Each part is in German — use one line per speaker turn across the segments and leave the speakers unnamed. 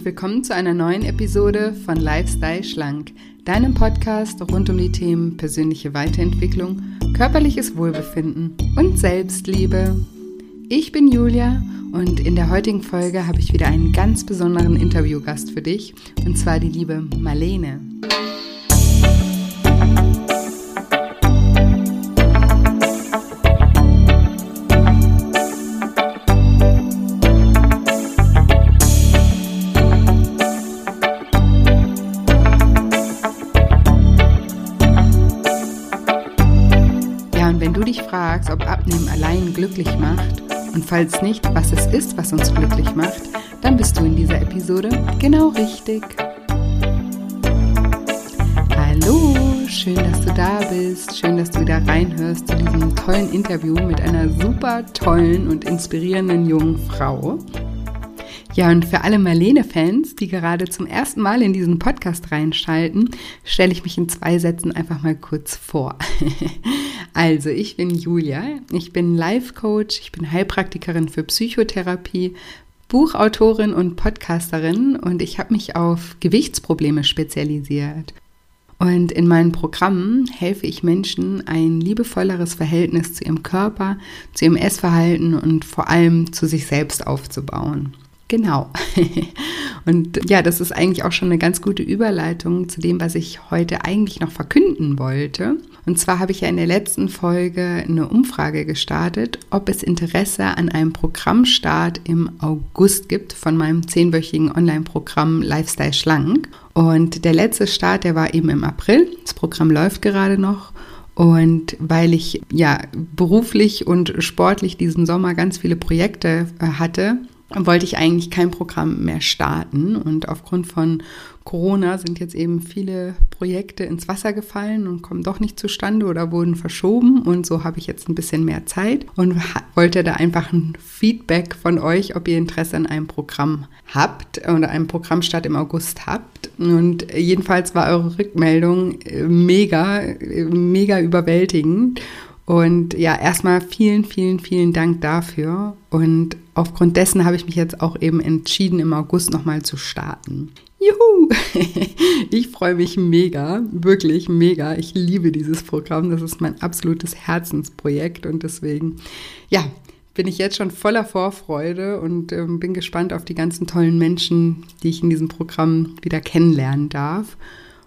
und willkommen zu einer neuen Episode von Lifestyle Schlank, deinem Podcast rund um die Themen persönliche Weiterentwicklung, körperliches Wohlbefinden und Selbstliebe. Ich bin Julia und in der heutigen Folge habe ich wieder einen ganz besonderen Interviewgast für dich, und zwar die liebe Marlene. Fragst, ob Abnehmen allein glücklich macht und falls nicht, was es ist, was uns glücklich macht, dann bist du in dieser Episode genau richtig. Hallo, schön, dass du da bist, schön, dass du wieder reinhörst zu diesem tollen Interview mit einer super tollen und inspirierenden jungen Frau. Ja, und für alle Marlene-Fans, die gerade zum ersten Mal in diesen Podcast reinschalten, stelle ich mich in 2 Sätzen einfach mal kurz vor. Also, ich bin Julia, ich bin Life-Coach, ich bin Heilpraktikerin für Psychotherapie, Buchautorin und Podcasterin und ich habe mich auf Gewichtsprobleme spezialisiert. Und in meinen Programmen helfe ich Menschen, ein liebevolleres Verhältnis zu ihrem Körper, zu ihrem Essverhalten und vor allem zu sich selbst aufzubauen. Genau. Und ja, das ist eigentlich auch schon eine ganz gute Überleitung zu dem, was ich heute eigentlich noch verkünden wollte. Und zwar habe ich ja in der letzten Folge eine Umfrage gestartet, ob es Interesse an einem Programmstart im August gibt von meinem 10-wöchigen Online-Programm Lifestyle Schlank. Und der letzte Start, der war eben im April. Das Programm läuft gerade noch. Und weil ich ja beruflich und sportlich diesen Sommer ganz viele Projekte hatte, wollte ich eigentlich kein Programm mehr starten, und aufgrund von Corona sind jetzt eben viele Projekte ins Wasser gefallen und kommen doch nicht zustande oder wurden verschoben, und so habe ich jetzt ein bisschen mehr Zeit und wollte da einfach ein Feedback von euch, ob ihr Interesse an einem Programm habt oder einem Programmstart im August habt. Und jedenfalls war eure Rückmeldung mega überwältigend. Und ja, erstmal vielen Dank dafür. Und aufgrund dessen habe ich mich jetzt auch eben entschieden, im August nochmal zu starten. Juhu! Ich freue mich mega, wirklich mega. Ich liebe dieses Programm. Das ist mein absolutes Herzensprojekt. Und deswegen, ja, bin ich jetzt schon voller Vorfreude und bin gespannt auf die ganzen tollen Menschen, die ich in diesem Programm wieder kennenlernen darf.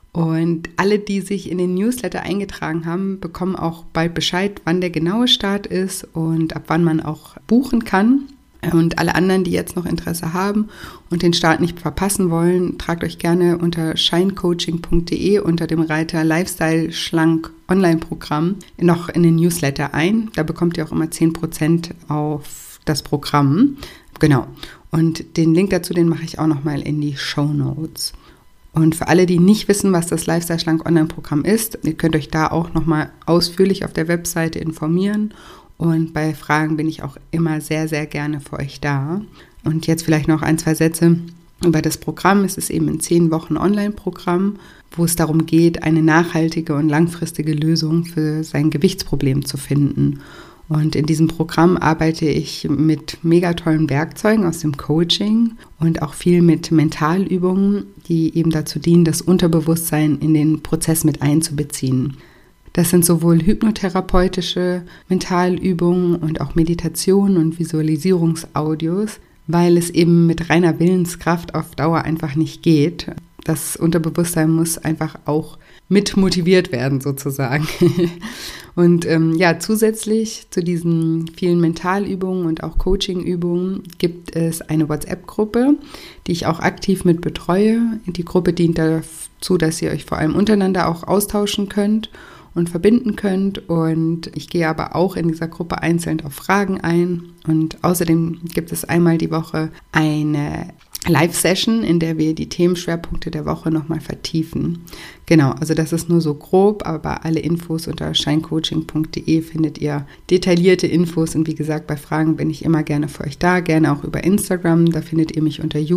Und alle, die sich in den Newsletter eingetragen haben, bekommen auch bald Bescheid, wann der genaue Start ist und ab wann man auch buchen kann. Und alle anderen, die jetzt noch Interesse haben und den Start nicht verpassen wollen, tragt euch gerne unter shinecoaching.de unter dem Reiter Lifestyle Schlank Online-Programm noch in den Newsletter ein. Da bekommt ihr auch immer 10% auf das Programm. Genau. Und den Link dazu, den mache ich auch nochmal in die Shownotes. Und für alle, die nicht wissen, was das Lifestyle Schlank Online-Programm ist, ihr könnt euch da auch nochmal ausführlich auf der Webseite informieren. Und bei Fragen bin ich auch immer sehr gerne für euch da. Und jetzt vielleicht noch 1, 2 Sätze über das Programm. Es ist eben ein 10 Wochen Online-Programm, wo es darum geht, eine nachhaltige und langfristige Lösung für sein Gewichtsproblem zu finden. Und in diesem Programm arbeite ich mit mega tollen Werkzeugen aus dem Coaching und auch viel mit Mentalübungen, die eben dazu dienen, das Unterbewusstsein in den Prozess mit einzubeziehen. Das sind sowohl hypnotherapeutische Mentalübungen und auch Meditationen und Visualisierungsaudios, weil es eben mit reiner Willenskraft auf Dauer einfach nicht geht. Das Unterbewusstsein muss einfach auch mit motiviert werden sozusagen. Und ja, zusätzlich zu diesen vielen Mentalübungen und auch Coachingübungen gibt es eine WhatsApp-Gruppe, die ich auch aktiv mit betreue. Die Gruppe dient dazu, dass ihr euch vor allem untereinander auch austauschen könnt und verbinden könnt. Und ich gehe aber auch in dieser Gruppe einzeln auf Fragen ein. Und außerdem gibt es einmal die Woche eine Live-Session, in der wir die Themenschwerpunkte der Woche nochmal vertiefen. Genau, also das ist nur so grob, aber alle Infos unter shinecoaching.de findet ihr detaillierte Infos. Und wie gesagt, bei Fragen bin ich immer gerne für euch da, gerne auch über Instagram. Da findet ihr mich unter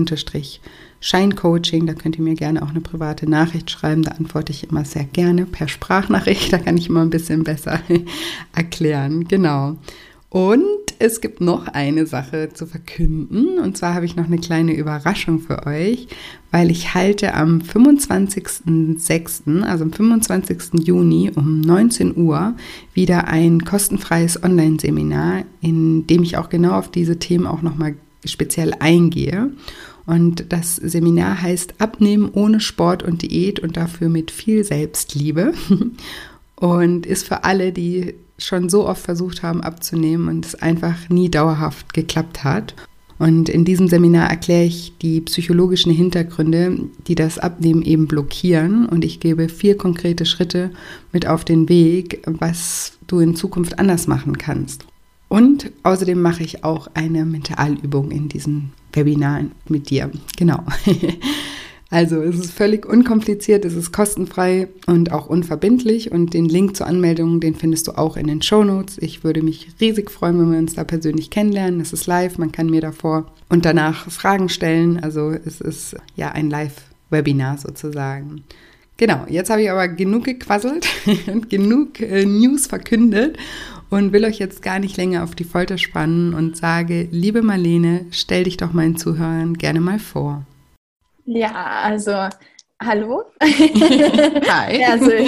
Julia_Shinecoaching. Da könnt ihr mir gerne auch eine private Nachricht schreiben. Da antworte ich immer sehr gerne per Sprachnachricht. Da kann ich immer ein bisschen besser erklären. Genau. Und es gibt noch eine Sache zu verkünden. Und zwar habe ich noch eine kleine Überraschung für euch, weil ich halte am 25.06., also am 25. Juni um 19 Uhr wieder ein kostenfreies Online-Seminar, in dem ich auch genau auf diese Themen auch nochmal speziell eingehe. Und das Seminar heißt Abnehmen ohne Sport und Diät und dafür mit viel Selbstliebe und ist für alle, die schon so oft versucht haben abzunehmen und es einfach nie dauerhaft geklappt hat. Und in diesem Seminar erkläre ich die psychologischen Hintergründe, die das Abnehmen eben blockieren. Und ich gebe 4 konkrete Schritte mit auf den Weg, was du in Zukunft anders machen kannst. Und außerdem mache ich auch eine Mentalübung in diesem Webinar mit dir. Genau. Also es ist völlig unkompliziert, es ist kostenfrei und auch unverbindlich und den Link zur Anmeldung, den findest du auch in den Shownotes. Ich würde mich riesig freuen, wenn wir uns da persönlich kennenlernen. Es ist live, man kann mir davor und danach Fragen stellen. Also es ist ja ein Live-Webinar sozusagen. Genau, jetzt habe ich aber genug gequasselt und genug News verkündet und will euch jetzt gar nicht länger auf die Folter spannen und sage, liebe Marlene, stell dich doch meinen Zuhörern gerne mal vor.
Ja, also hallo.
Hi.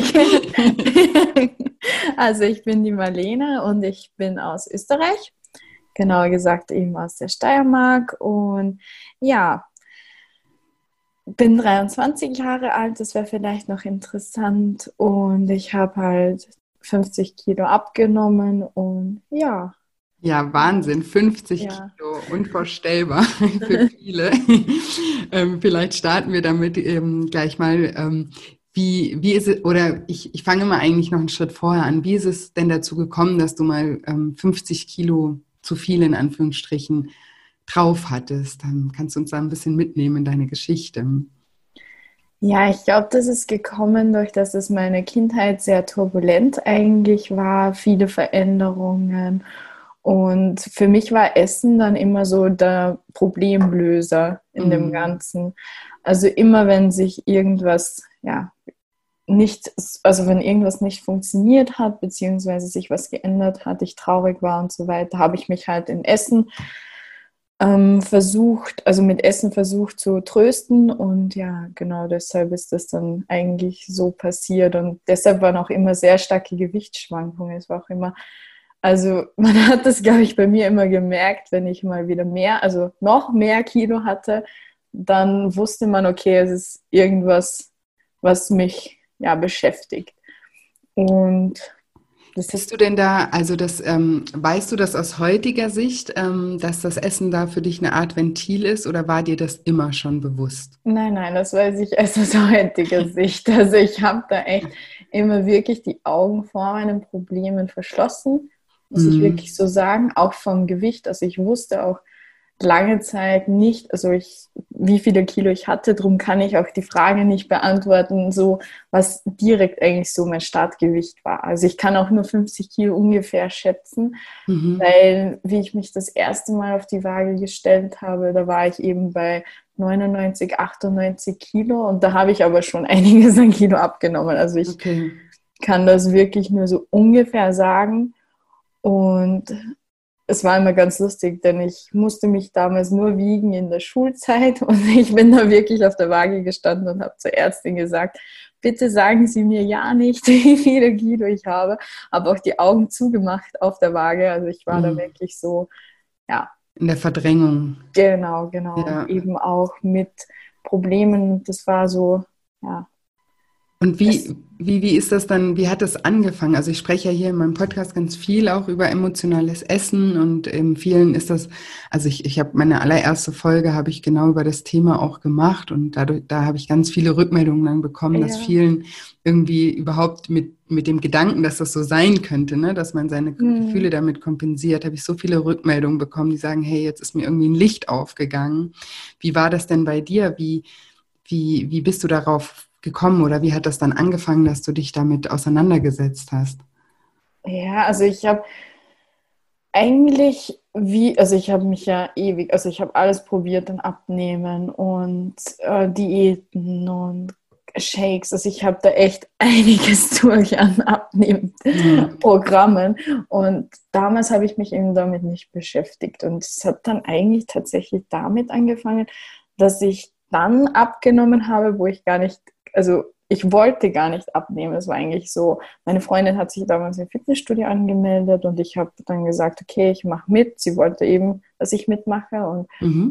Also ich bin die Marlene und ich bin aus Österreich, genauer gesagt eben aus der Steiermark und ja, bin 23 Jahre alt, das wäre vielleicht noch interessant und ich habe halt 50 Kilo abgenommen und ja.
Ja, Wahnsinn, 50 Kilo, unvorstellbar für viele. Vielleicht starten wir damit gleich mal. Wie ist es, oder ich fange mal eigentlich noch einen Schritt vorher an. Wie ist es denn dazu gekommen, dass du mal 50 Kilo zu viel in Anführungsstrichen drauf hattest? Dann kannst du uns da ein bisschen mitnehmen in deine Geschichte.
Ja, ich glaube, das ist gekommen, durch dass es meine Kindheit sehr turbulent eigentlich war, viele Veränderungen. Und für mich war Essen dann immer so der Problemlöser in dem Ganzen. Also immer, wenn sich irgendwas, wenn irgendwas nicht funktioniert hat, beziehungsweise sich was geändert hat, ich traurig war und so weiter, habe ich mich halt in Essen mit Essen versucht zu trösten und ja, genau deshalb ist das dann eigentlich so passiert und deshalb waren auch immer sehr starke Gewichtsschwankungen. Es war auch immer, also man hat das, glaube ich, bei mir immer gemerkt, wenn ich mal wieder noch mehr Kilo hatte, dann wusste man, okay, es ist irgendwas, was mich beschäftigt. Und
bist du denn da, also weißt du das aus heutiger Sicht, dass das Essen da für dich eine Art Ventil ist oder war dir das immer schon bewusst?
Nein, das weiß ich erst aus heutiger Sicht. Also ich habe da echt immer wirklich die Augen vor meinen Problemen verschlossen, muss ich wirklich so sagen, auch vom Gewicht. Also ich wusste auch lange Zeit nicht, wie viele Kilo ich hatte, darum kann ich auch die Frage nicht beantworten, so was direkt eigentlich so mein Startgewicht war. Also ich kann auch nur 50 Kilo ungefähr schätzen, weil wie ich mich das erste Mal auf die Waage gestellt habe, da war ich eben bei 99, 98 Kilo und da habe ich aber schon einiges an Kilo abgenommen. Also ich kann das wirklich nur so ungefähr sagen und es war immer ganz lustig, denn ich musste mich damals nur wiegen in der Schulzeit und ich bin da wirklich auf der Waage gestanden und habe zur Ärztin gesagt, bitte sagen Sie mir ja nicht, wie viele Kilo ich habe. Habe auch die Augen zugemacht auf der Waage, also ich war da wirklich so,
in der Verdrängung.
Genau. Ja. Eben auch mit Problemen, das war so,
Und wie ist das dann, wie hat das angefangen? Also ich spreche ja hier in meinem Podcast ganz viel auch über emotionales Essen und vielen ist das, also ich habe meine allererste Folge, habe ich genau über das Thema auch gemacht und da habe ich ganz viele Rückmeldungen dann bekommen, dass vielen irgendwie überhaupt mit dem Gedanken, dass das so sein könnte, ne, dass man seine Gefühle damit kompensiert, habe ich so viele Rückmeldungen bekommen, die sagen, hey, jetzt ist mir irgendwie ein Licht aufgegangen. Wie war das denn bei dir? Wie bist du darauf gekommen oder wie hat das dann angefangen, dass du dich damit auseinandergesetzt hast?
Ja, also ich habe eigentlich ich habe mich ja ich habe alles probiert, dann Abnehmen und Diäten und Shakes, also ich habe da echt einiges durch an Abnehmprogrammen und damals habe ich mich eben damit nicht beschäftigt und es hat dann eigentlich tatsächlich damit angefangen, dass ich dann abgenommen habe, wo ich gar nicht, also ich wollte gar nicht abnehmen, es war eigentlich so, meine Freundin hat sich damals im Fitnessstudio angemeldet und ich habe dann gesagt, okay, ich mache mit, sie wollte eben, dass ich mitmache und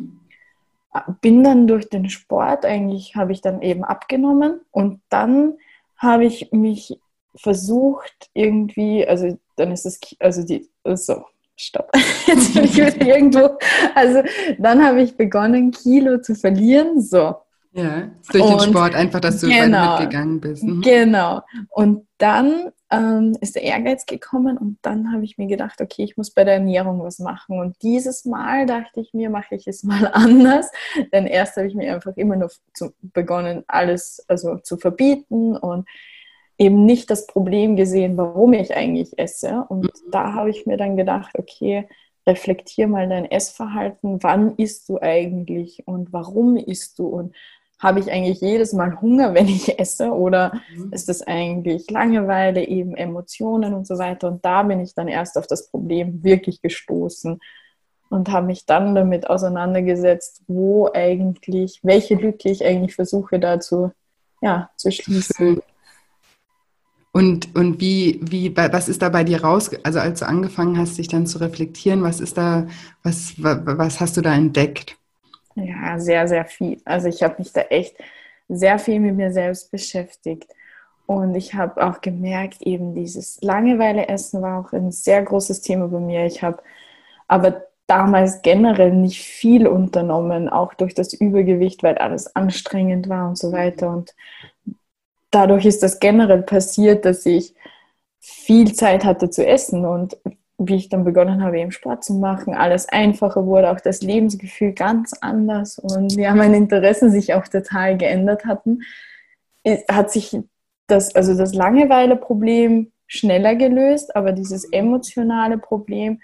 bin dann durch den Sport eigentlich, habe ich dann eben abgenommen und dann habe ich mich versucht irgendwie, also dann ist es, also die, so, stopp, jetzt bin ich wieder irgendwo, also dann habe ich begonnen, Kilo zu verlieren, so.
Ja, durch den Sport einfach, dass du weiter mitgegangen bist.
Genau. Und dann ist der Ehrgeiz gekommen und dann habe ich mir gedacht, okay, ich muss bei der Ernährung was machen. Und dieses Mal dachte ich mir, mache ich es mal anders. Denn erst habe ich mir einfach immer nur begonnen, alles also zu verbieten und eben nicht das Problem gesehen, warum ich eigentlich esse. Und da habe ich mir dann gedacht, okay, reflektier mal dein Essverhalten. Wann isst du eigentlich und warum isst du? Und habe ich eigentlich jedes Mal Hunger, wenn ich esse? Oder ist das eigentlich Langeweile, eben Emotionen und so weiter? Und da bin ich dann erst auf das Problem wirklich gestoßen und habe mich dann damit auseinandergesetzt, welche Lücke ich eigentlich versuche da zu schließen.
Und was ist da bei dir raus, also als du angefangen hast, dich dann zu reflektieren, was hast du da entdeckt?
Ja, sehr, sehr viel. Also ich habe mich da echt sehr viel mit mir selbst beschäftigt. Und ich habe auch gemerkt, eben dieses Langeweile-Essen war auch ein sehr großes Thema bei mir. Ich habe aber damals generell nicht viel unternommen, auch durch das Übergewicht, weil alles anstrengend war und so weiter. Und dadurch ist das generell passiert, dass ich viel Zeit hatte zu essen und wie ich dann begonnen habe, eben Sport zu machen, alles einfacher wurde, auch das Lebensgefühl ganz anders und ja, meine Interessen sich auch total geändert hatten, hat sich das Langeweile-Problem schneller gelöst, aber dieses emotionale Problem,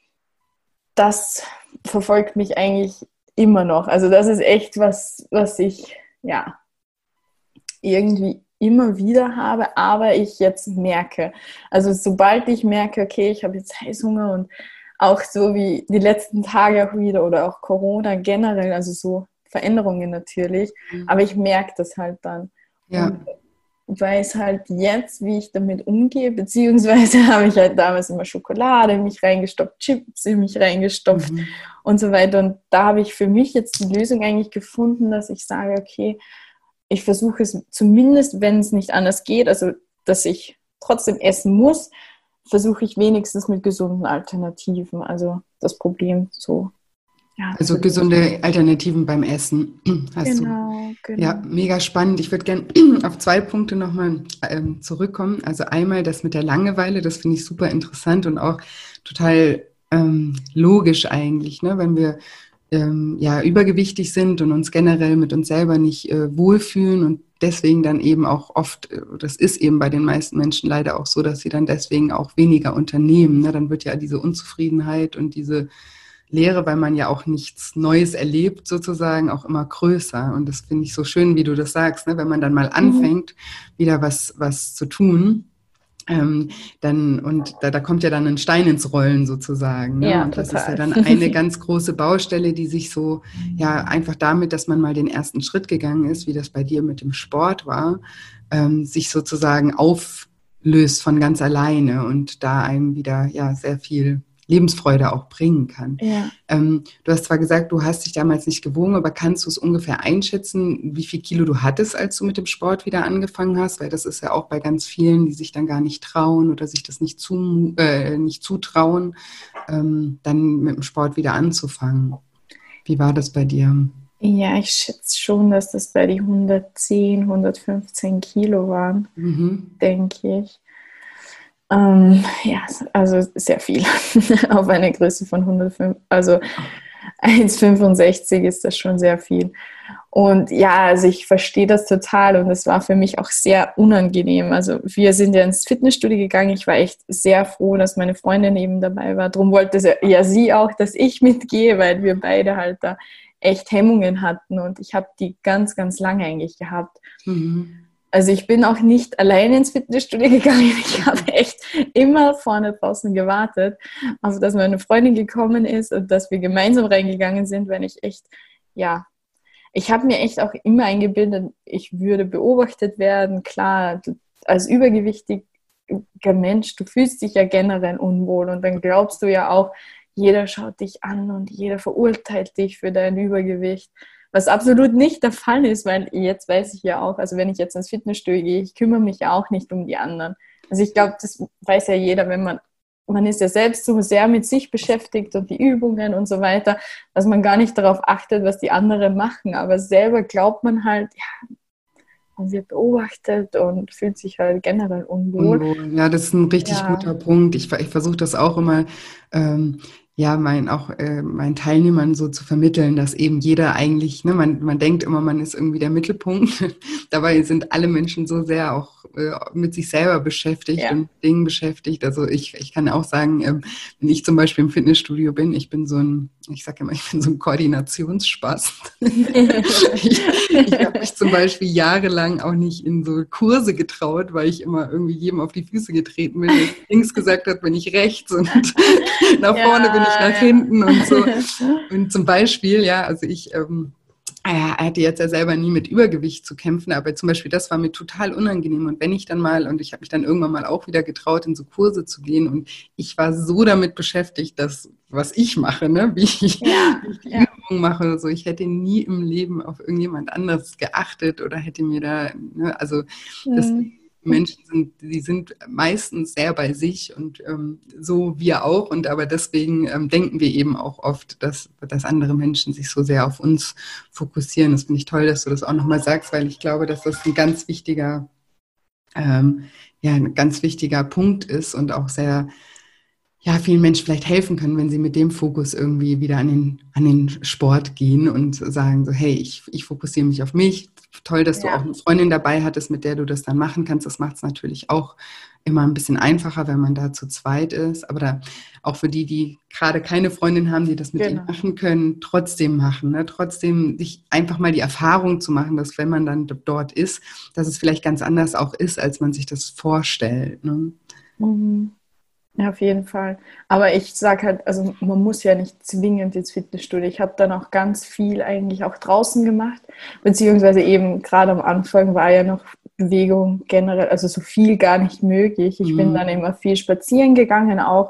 das verfolgt mich eigentlich immer noch. Also das ist echt was ich ja irgendwie immer wieder habe, aber ich jetzt merke, also sobald ich merke, okay, ich habe jetzt Heißhunger und auch so wie die letzten Tage auch wieder oder auch Corona generell, also so Veränderungen natürlich, aber ich merke das halt dann.
Ja.
Und weiß halt jetzt, wie ich damit umgehe, beziehungsweise habe ich halt damals immer Schokolade in mich reingestopft, Chips in mich reingestopft und so weiter und da habe ich für mich jetzt die Lösung eigentlich gefunden, dass ich sage, okay, ich versuche es zumindest, wenn es nicht anders geht, also dass ich trotzdem essen muss, versuche ich wenigstens mit gesunden Alternativen, also das Problem so. Ja,
also gesunde Alternativen beim Essen hast du.
Genau.
Ja, mega spannend. Ich würde gerne auf 2 Punkte nochmal zurückkommen. Also einmal das mit der Langeweile, das finde ich super interessant und auch total logisch eigentlich, ne? Wenn wir übergewichtig sind und uns generell mit uns selber nicht wohlfühlen und deswegen dann eben auch oft, das ist eben bei den meisten Menschen leider auch so, dass sie dann deswegen auch weniger unternehmen. Ne? Dann wird ja diese Unzufriedenheit und diese Leere, weil man ja auch nichts Neues erlebt, sozusagen auch immer größer. Und das finde ich so schön, wie du das sagst, ne? Wenn man dann mal anfängt, wieder was zu tun, da kommt ja dann ein Stein ins Rollen sozusagen. Ne?
Ja,
und das
total.
ist ja dann eine ganz große Baustelle, die sich so, ja, einfach damit, dass man mal den ersten Schritt gegangen ist, wie das bei dir mit dem Sport war, sich sozusagen auflöst von ganz alleine und da einem wieder, ja, sehr viel Lebensfreude auch bringen kann.
Ja.
Du hast zwar gesagt, du hast dich damals nicht gewogen, aber kannst du es ungefähr einschätzen, wie viel Kilo du hattest, als du mit dem Sport wieder angefangen hast? Weil das ist ja auch bei ganz vielen, die sich dann gar nicht trauen oder sich das nicht zutrauen, dann mit dem Sport wieder anzufangen. Wie war das bei dir?
Ja, ich schätze schon, dass das bei die 110, 115 Kilo waren, denke ich. Ja, also sehr viel. Auf eine Größe von 105, also 1,65 ist das schon sehr viel. Und ja, also ich verstehe das total und es war für mich auch sehr unangenehm. Also wir sind ja ins Fitnessstudio gegangen. Ich war echt sehr froh, dass meine Freundin eben dabei war. Darum wollte sie auch, dass ich mitgehe, weil wir beide halt da echt Hemmungen hatten und ich habe die ganz, ganz lange eigentlich gehabt. Also ich bin auch nicht alleine ins Fitnessstudio gegangen. Ich habe echt immer vorne draußen gewartet, auf dass meine Freundin gekommen ist und dass wir gemeinsam reingegangen sind, wenn ich echt, ja, ich habe mir echt auch immer eingebildet, ich würde beobachtet werden. Klar, als übergewichtiger Mensch, du fühlst dich ja generell unwohl und dann glaubst du ja auch, jeder schaut dich an und jeder verurteilt dich für dein Übergewicht. Was absolut nicht der Fall ist, weil jetzt weiß ich ja auch, also wenn ich jetzt ins Fitnessstudio gehe, ich kümmere mich ja auch nicht um die anderen. Also ich glaube, das weiß ja jeder, wenn man ist ja selbst so sehr mit sich beschäftigt und die Übungen und so weiter, dass man gar nicht darauf achtet, was die anderen machen. Aber selber glaubt man halt, ja, man wird beobachtet und fühlt sich halt generell unwohl.
Unwohl. Ja, das ist ein richtig
Ja,
guter Punkt. Ich versuche das auch immer, ja, meinen Teilnehmern so zu vermitteln, dass eben jeder eigentlich, ne, man denkt immer, man ist irgendwie der Mittelpunkt. Dabei sind alle Menschen so sehr auch mit sich selber beschäftigt
ja.
und Dingen beschäftigt. Also ich kann auch sagen, wenn ich zum Beispiel im Fitnessstudio bin, ich sage immer, ich bin so ein Koordinationsspast. Ich habe mich zum Beispiel jahrelang auch nicht in so Kurse getraut, weil ich immer irgendwie jedem auf die Füße getreten bin, der links gesagt hat, bin ich rechts und nach vorne bin ich nach hinten und so. Und zum Beispiel, ja, also er hatte jetzt ja selber nie mit Übergewicht zu kämpfen, aber zum Beispiel das war mir total unangenehm. Und wenn ich dann mal, und ich habe mich dann irgendwann mal auch wieder getraut, in so Kurse zu gehen und ich war so damit beschäftigt, dass, was ich mache, ne, wie ich die Übungen mache oder so. Ich hätte nie im Leben auf irgendjemand anderes geachtet oder hätte mir da, ne, also das Menschen sind meistens sehr bei sich und so wir auch. Und aber deswegen denken wir eben auch oft, dass andere Menschen sich so sehr auf uns fokussieren. Das finde ich toll, dass du das auch nochmal sagst, weil ich glaube, dass das ein ganz wichtiger, ein ganz wichtiger Punkt ist und auch sehr, ja, vielen Menschen vielleicht helfen können, wenn sie mit dem Fokus irgendwie wieder an den Sport gehen und sagen so, hey, ich fokussiere mich auf mich. Toll, dass du auch eine Freundin dabei hattest, mit der du das dann machen kannst. Das macht es natürlich auch immer ein bisschen einfacher, wenn man da zu zweit ist. Aber da auch für die gerade keine Freundin haben, die das mit ihnen machen können, trotzdem machen. Ne? Trotzdem sich einfach mal die Erfahrung zu machen, dass wenn man dann dort ist, dass es vielleicht ganz anders auch ist, als man sich das vorstellt. Ne?
Mhm. Ja, auf jeden Fall. Aber ich sage halt, also man muss ja nicht zwingend ins Fitnessstudio. Ich habe dann auch ganz viel eigentlich auch draußen gemacht, beziehungsweise eben gerade am Anfang war ja noch Bewegung generell, also so viel gar nicht möglich. Ich bin dann immer viel spazieren gegangen auch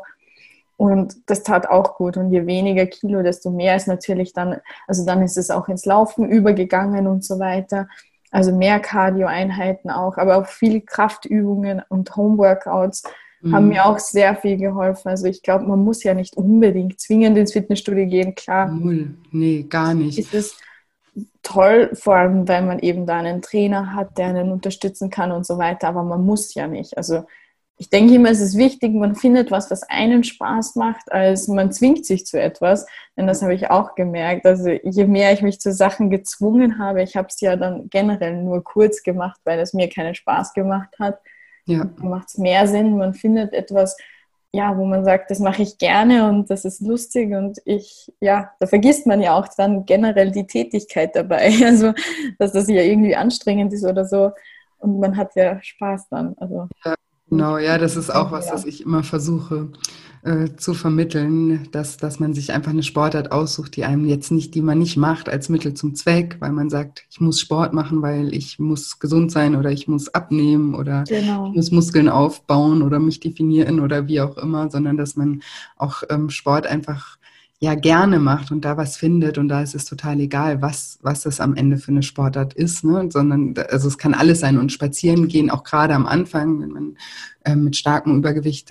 und das tat auch gut. Und je weniger Kilo, desto mehr ist natürlich dann, also dann ist es auch ins Laufen übergegangen und so weiter. Also mehr Cardio-Einheiten auch, aber auch viel Kraftübungen und Homeworkouts haben mir auch sehr viel geholfen. Also ich glaube, man muss ja nicht unbedingt zwingend ins Fitnessstudio gehen. Klar,
Null. Nee, gar nicht.
ist es toll, vor allem, weil man eben da einen Trainer hat, der einen unterstützen kann und so weiter. Aber man muss ja nicht. Also ich denke immer, es ist wichtig, man findet was einen Spaß macht, als man zwingt sich zu etwas. Denn das habe ich auch gemerkt. Also je mehr ich mich zu Sachen gezwungen habe, ich habe es ja dann generell nur kurz gemacht, weil es mir keinen Spaß gemacht hat. Ja. Dann macht es mehr Sinn, man findet etwas, ja, wo man sagt, das mache ich gerne und das ist lustig und da vergisst man ja auch dann generell die Tätigkeit dabei, also dass das ja irgendwie anstrengend ist oder so und man hat ja Spaß dann. Also,
ja, genau, ja, das ist auch was ich immer versuche zu vermitteln, dass man sich einfach eine Sportart aussucht, die man nicht macht als Mittel zum Zweck, weil man sagt, ich muss Sport machen, weil ich muss gesund sein oder ich muss abnehmen oder ich muss Muskeln aufbauen oder mich definieren oder wie auch immer, sondern dass man auch Sport einfach ja gerne macht und da was findet und da ist es total egal, was das am Ende für eine Sportart ist, ne? Sondern also es kann alles sein und spazieren gehen, auch gerade am Anfang, wenn man mit starkem Übergewicht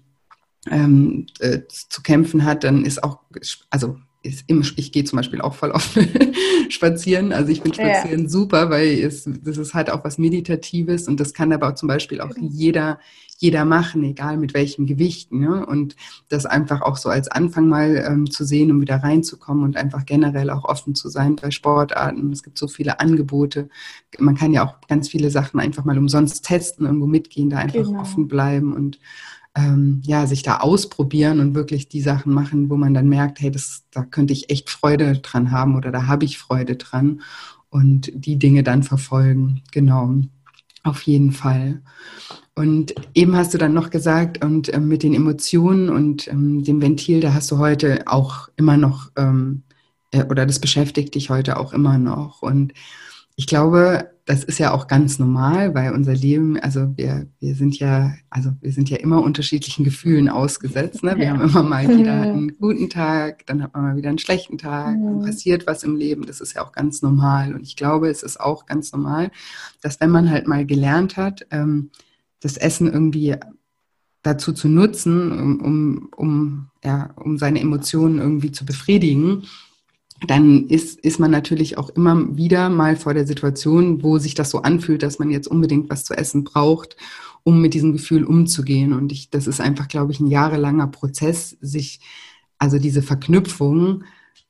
zu kämpfen hat, dann ist auch, also ich gehe zum Beispiel auch voll oft spazieren. Also ich finde Spazieren super, weil das ist halt auch was Meditatives und das kann aber auch zum Beispiel auch jeder machen, egal mit welchem Gewicht. Ne? Und das einfach auch so als Anfang mal zu sehen, um wieder reinzukommen und einfach generell auch offen zu sein bei Sportarten. Es gibt so viele Angebote. Man kann ja auch ganz viele Sachen einfach mal umsonst testen, irgendwo mitgehen, da einfach offen bleiben und sich da ausprobieren und wirklich die Sachen machen, wo man dann merkt, hey, da könnte ich echt Freude dran haben oder da habe ich Freude dran und die Dinge dann verfolgen. Genau. Auf jeden Fall. Und eben hast du dann noch gesagt, und mit den Emotionen und dem Ventil, da hast du heute auch immer noch, oder das beschäftigt dich heute auch immer noch. Und ich glaube, das ist ja auch ganz normal, weil unser Leben, also wir sind ja immer unterschiedlichen Gefühlen ausgesetzt. Ne? Wir haben immer mal wieder einen guten Tag, dann hat man mal wieder einen schlechten Tag, dann passiert was im Leben, das ist ja auch ganz normal. Und ich glaube, es ist auch ganz normal, dass wenn man halt mal gelernt hat, das Essen irgendwie dazu zu nutzen, um seine Emotionen irgendwie zu befriedigen, dann ist man natürlich auch immer wieder mal vor der Situation, wo sich das so anfühlt, dass man jetzt unbedingt was zu essen braucht, um mit diesem Gefühl umzugehen. Und das ist einfach, glaube ich, ein jahrelanger Prozess, also diese Verknüpfung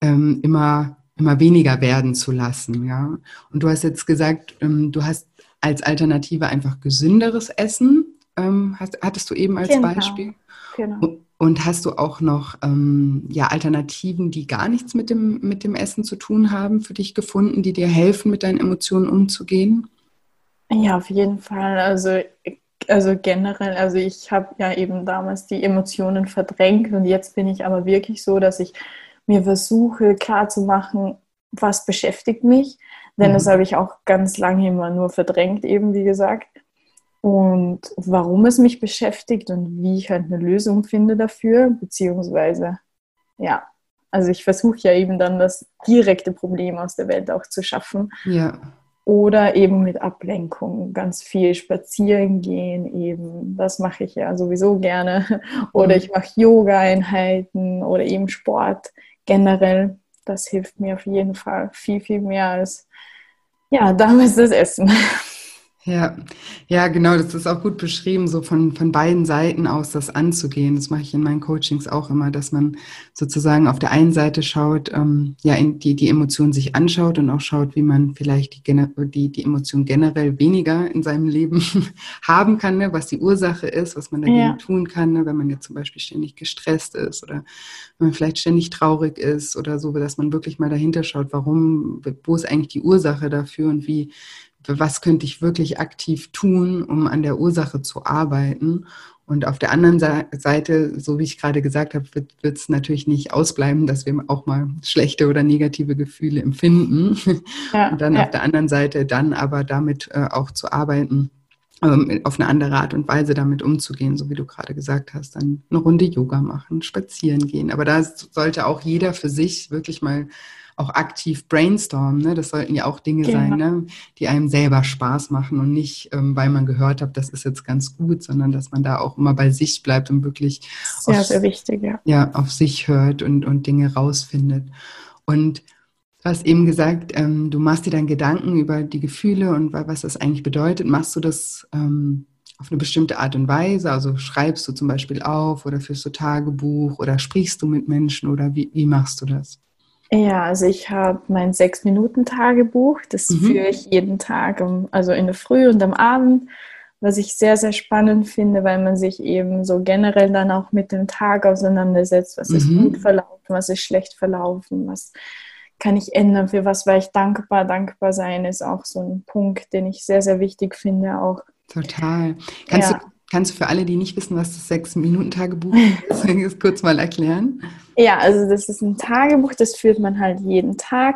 immer weniger werden zu lassen. Ja? Und du hast jetzt gesagt, du hast als Alternative einfach gesünderes Essen, hattest du eben als Beispiel.
Genau.
Und hast du auch noch Alternativen, die gar nichts mit dem Essen zu tun haben, für dich gefunden, die dir helfen, mit deinen Emotionen umzugehen?
Ja, auf jeden Fall. Also generell, also ich habe ja eben damals die Emotionen verdrängt und jetzt bin ich aber wirklich so, dass ich mir versuche klarzumachen, was beschäftigt mich. Denn das habe ich auch ganz lange immer nur verdrängt, eben wie gesagt. Und warum es mich beschäftigt und wie ich halt eine Lösung finde dafür, beziehungsweise, ja, also ich versuche ja eben dann das direkte Problem aus der Welt auch zu schaffen.
Ja.
Oder eben mit Ablenkung, ganz viel spazieren gehen eben, das mache ich ja sowieso gerne. Oder ich mache Yoga-Einheiten oder eben Sport generell. Das hilft mir auf jeden Fall viel, viel mehr als, ja, damals das Essen.
Ja, genau, das ist auch gut beschrieben, so von beiden Seiten aus das anzugehen. Das mache ich in meinen Coachings auch immer, dass man sozusagen auf der einen Seite schaut, in die Emotionen sich anschaut und auch schaut, wie man vielleicht die Emotion generell weniger in seinem Leben haben kann, ne? Was die Ursache ist, was man dagegen tun kann, ne? Wenn man jetzt zum Beispiel ständig gestresst ist oder wenn man vielleicht ständig traurig ist oder so, dass man wirklich mal dahinter schaut, wo ist eigentlich die Ursache dafür und was könnte ich wirklich aktiv tun, um an der Ursache zu arbeiten. Und auf der anderen Seite, so wie ich gerade gesagt habe, wird es natürlich nicht ausbleiben, dass wir auch mal schlechte oder negative Gefühle empfinden. Und dann auf der anderen Seite dann aber damit auch zu arbeiten, auf eine andere Art und Weise damit umzugehen, so wie du gerade gesagt hast, dann eine Runde Yoga machen, spazieren gehen. Aber da sollte auch jeder für sich wirklich mal auch aktiv brainstormen. Ne? Das sollten ja auch Dinge sein, ne? Die einem selber Spaß machen und nicht, weil man gehört hat, das ist jetzt ganz gut, sondern dass man da auch immer bei sich bleibt und wirklich
sehr wichtig,
auf sich hört und Dinge rausfindet. Und du hast eben gesagt, du machst dir dann Gedanken über die Gefühle und was das eigentlich bedeutet. Machst du das auf eine bestimmte Art und Weise? Also schreibst du zum Beispiel auf oder führst du Tagebuch oder sprichst du mit Menschen oder wie machst du das?
Ja, also ich habe mein 6-Minuten-Tagebuch, das führe ich jeden Tag, also in der Früh und am Abend, was ich sehr, sehr spannend finde, weil man sich eben so generell dann auch mit dem Tag auseinandersetzt, was ist gut verlaufen, was ist schlecht verlaufen, was kann ich ändern, für was war ich dankbar. Dankbar sein ist auch so ein Punkt, den ich sehr, sehr wichtig finde auch.
Total. Kannst du für alle, die nicht wissen, was das 6-Minuten-Tagebuch ist, kurz mal erklären?
Ja, also das ist ein Tagebuch, das führt man halt jeden Tag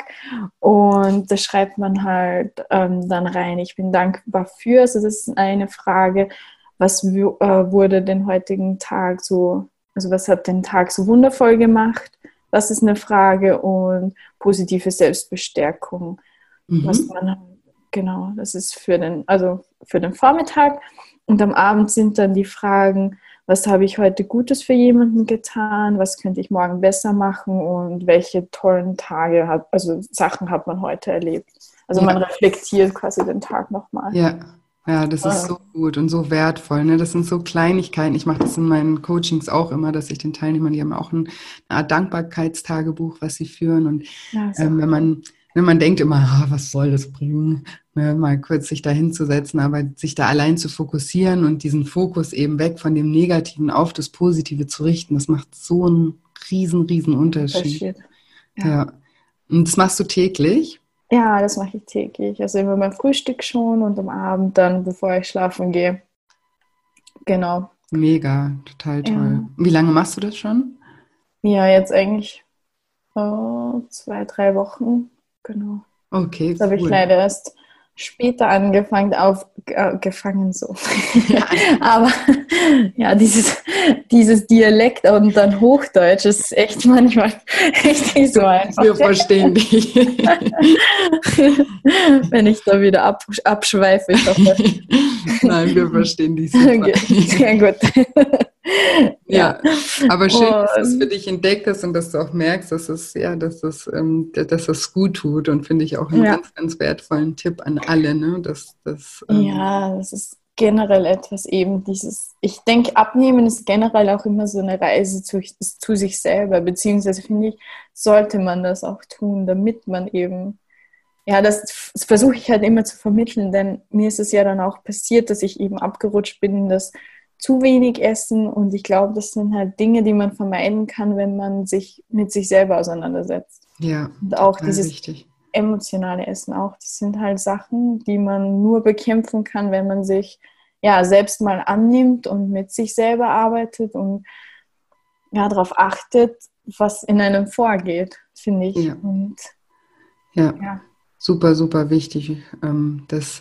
und da schreibt man halt dann rein, ich bin dankbar für, also das ist eine Frage, was wurde den heutigen Tag so, also was hat den Tag so wundervoll gemacht, das ist eine Frage und positive Selbstbestärkung, was man, genau, das ist für den Vormittag und am Abend sind dann die Fragen, was habe ich heute Gutes für jemanden getan, was könnte ich morgen besser machen und welche tollen Sachen hat man heute erlebt. Also man reflektiert quasi den Tag nochmal.
Ja, das ist so gut und so wertvoll. Ne? Das sind so Kleinigkeiten. Ich mache das in meinen Coachings auch immer, dass ich den Teilnehmern, die haben auch eine Art Dankbarkeitstagebuch, was sie führen. Und wenn man denkt immer, was soll das bringen, ne, mal kurz sich da hinzusetzen, aber sich da allein zu fokussieren und diesen Fokus eben weg von dem Negativen auf das Positive zu richten, das macht so einen riesen Unterschied. Ja. Und das machst du täglich?
Ja, das mache ich täglich. Also immer beim Frühstück schon und am Abend dann, bevor ich schlafen gehe. Genau.
Mega, total toll.
Ja,
Wie lange machst du das schon?
ja jetzt eigentlich 2, 3 Wochen. Genau.
Okay,
Das habe ich
cool.
leider erst später gefangen so.
Ja,
Aber ja, dieses Dialekt und dann Hochdeutsch ist echt manchmal echt nicht so einfach.
wir verstehen dich.
Wenn ich da wieder abschweife, ich hoffe.
Nein, wir verstehen dich super.
Okay, sehr gut. Ja.
Ja, aber schön, dass du es für
Und
dich entdeckt hast und dass du auch merkst, dass es, ja, dass es gut tut und finde ich auch einen
ja,
ganz, ganz wertvollen Tipp an alle, ne?
ja, das ist generell etwas eben ich denke, Abnehmen ist generell auch immer so eine Reise zu sich selber, beziehungsweise finde ich, sollte man das auch tun, damit man eben, ja, das versuche ich halt immer zu vermitteln, denn mir ist es ja dann auch passiert, dass ich eben abgerutscht bin in das zu wenig Essen und ich glaube, das sind halt Dinge, die man vermeiden kann, wenn man sich mit sich selber auseinandersetzt.
ja,
Und auch
total
dieses
wichtig.
emotionale Essen auch. Das sind halt Sachen, die man nur bekämpfen kann, wenn man sich ja selbst mal annimmt und mit sich selber arbeitet und ja darauf achtet, was in einem vorgeht, finde ich.
Ja,
Und
ja,
ja.
super, super wichtig. Das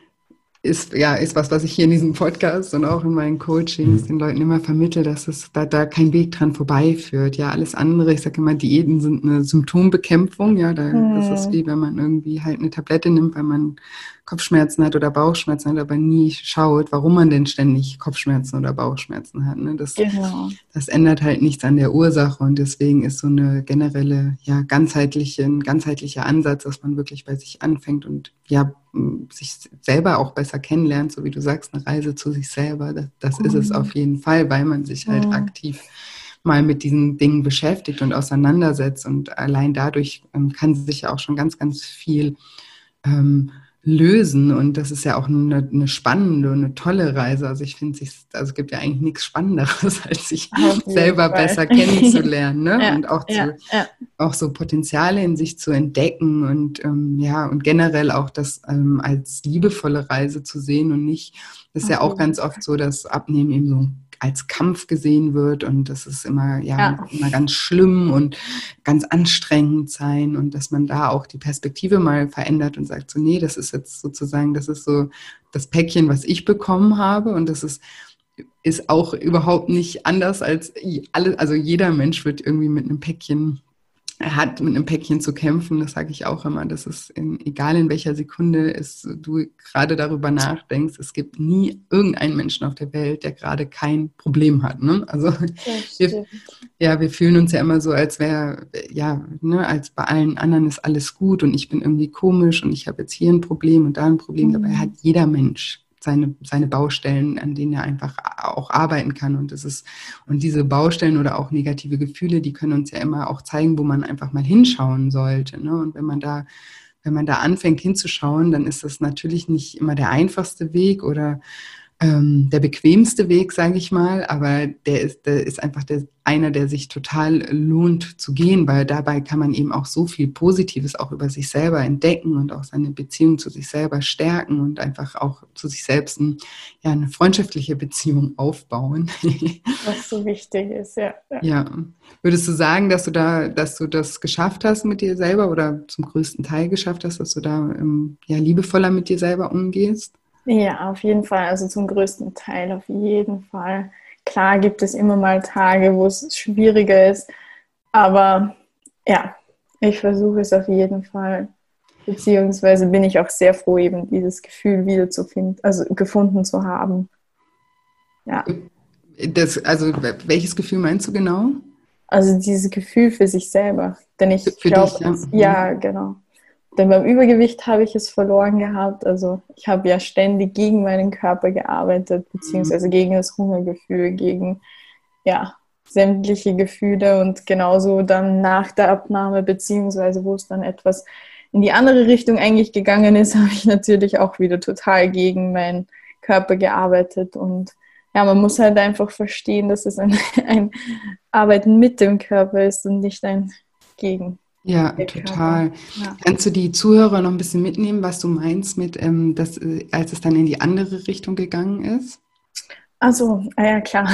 ist was ich hier in diesem Podcast und auch in meinen Coachings den Leuten immer vermittle, dass es da kein Weg dran vorbeiführt. Ja, alles andere, ich sage immer, Diäten sind eine Symptombekämpfung. Ja, das ist
Hm,
wie wenn man irgendwie halt eine Tablette nimmt, weil man Kopfschmerzen hat oder Bauchschmerzen hat, aber nie schaut, warum man denn ständig Kopfschmerzen oder Bauchschmerzen hat. Ne?
genau.
Das ändert halt nichts an der Ursache und deswegen ist so eine generelle, ja, ein ganzheitlicher Ansatz, dass man wirklich bei sich anfängt und ja, sich selber auch besser kennenlernt, so wie du sagst, eine Reise zu sich selber. Das ist es
Hm,
auf jeden Fall, weil man sich halt
hm,
aktiv mal mit diesen Dingen beschäftigt und auseinandersetzt und allein dadurch kann sich ja auch schon ganz, ganz viel ähm, lösen. Und das ist ja auch eine spannende und eine tolle Reise. Also ich finde, also es gibt ja eigentlich nichts Spannenderes, als sich
auf jeden
selber
Fall.
besser kennenzulernen, ne?
Ja,
Und auch
ja, ja.
auch so Potenziale in sich zu entdecken und ja, und generell auch das als liebevolle Reise zu sehen und nicht, das ist ja
Auf
auch
jeden
ganz oft so, dass Abnehmen eben so als Kampf gesehen wird und das ist immer, ja,
Fall.
muss immer ganz schlimm und ganz anstrengend sein und dass man da auch die Perspektive mal verändert und sagt so, nee, das ist jetzt sozusagen, das ist so das Päckchen, was ich bekommen habe und das ist auch überhaupt nicht anders als alle, also jeder Mensch wird irgendwie mit einem Päckchen er hat mit einem Päckchen zu kämpfen, das sage ich auch immer. Das ist egal in welcher Sekunde du gerade darüber nachdenkst, es gibt nie irgendeinen Menschen auf der Welt, der gerade kein Problem hat. Ne? Also
Das
wir,
stimmt.
ja, wir fühlen uns ja immer so, als wäre, ja, ne, als bei allen anderen ist alles gut und ich bin irgendwie komisch und ich habe jetzt hier ein Problem und da ein Problem. Dabei hat
Hm,
jeder Mensch seine Baustellen, an denen er einfach auch arbeiten kann. Und diese Baustellen oder auch negative Gefühle, die können uns ja immer auch zeigen, wo man einfach mal hinschauen sollte. Ne? Und wenn man da anfängt hinzuschauen, dann ist das natürlich nicht immer der einfachste Weg oder der bequemste Weg, sage ich mal, aber der ist einfach einer, der sich total lohnt zu gehen, weil dabei kann man eben auch so viel Positives auch über sich selber entdecken und auch seine Beziehung zu sich selber stärken und einfach auch zu sich selbst ja, eine freundschaftliche Beziehung aufbauen.
was so wichtig ist, ja. Ja.
Ja, würdest du sagen, dass du das geschafft hast mit dir selber oder zum größten Teil geschafft hast, dass du da ja, liebevoller mit dir selber umgehst?
Ja, auf jeden Fall. Also zum größten Teil auf jeden Fall. Klar gibt es immer mal Tage, wo es schwieriger ist, aber ja, ich versuche es auf jeden Fall. Beziehungsweise bin ich auch sehr froh, eben dieses Gefühl wiederzufinden, also gefunden zu haben. Ja,
Also welches Gefühl meinst du genau?
also dieses Gefühl für sich selber. Denn ich
Für dich,
glaube,
ja.
ja, genau. Denn beim Übergewicht habe ich es verloren gehabt. Also ich habe ja ständig gegen meinen Körper gearbeitet, beziehungsweise gegen das Hungergefühl, gegen ja, sämtliche Gefühle und genauso dann nach der Abnahme, beziehungsweise wo es dann etwas in die andere Richtung eigentlich gegangen ist, habe ich natürlich auch wieder total gegen meinen Körper gearbeitet. Und ja, man muss halt einfach verstehen, dass es ein Arbeiten mit dem Körper ist und nicht ein Gegen.
Ja,
der Körper.
total.
Ja.
Kannst du die Zuhörer noch ein bisschen mitnehmen, was du meinst mit, als es dann in die andere Richtung gegangen ist?
Also, ja klar,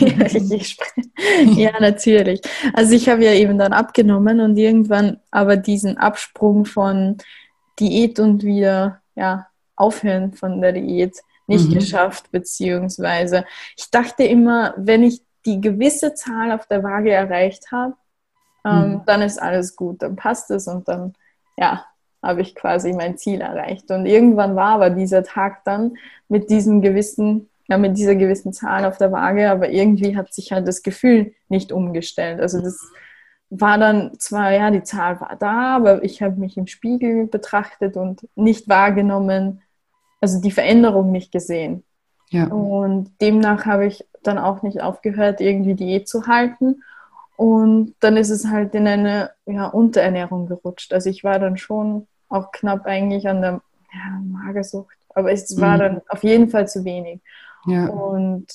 ja natürlich. Also ich habe ja eben dann abgenommen und irgendwann aber diesen Absprung von Diät und wieder ja, aufhören von der Diät nicht
Mhm.
geschafft, beziehungsweise ich dachte immer, wenn ich die gewisse Zahl auf der Waage erreicht habe,
Mhm.
dann ist alles gut, dann passt es und dann ja, habe ich quasi mein Ziel erreicht. Und irgendwann war aber dieser Tag dann mit diesem gewissen, ja, mit dieser gewissen Zahl auf der Waage, aber irgendwie hat sich halt das Gefühl nicht umgestellt. Also das war dann zwar, ja, die Zahl war da, aber ich habe mich im Spiegel betrachtet und nicht wahrgenommen, also die Veränderung nicht gesehen.
Ja.
Und demnach habe ich dann auch nicht aufgehört, irgendwie Diät zu halten. Und dann ist es halt in eine ja, Unterernährung gerutscht. Also ich war dann schon auch knapp eigentlich an der ja, Magersucht, aber es war
Mhm.
dann auf jeden Fall zu wenig.
Ja.
Und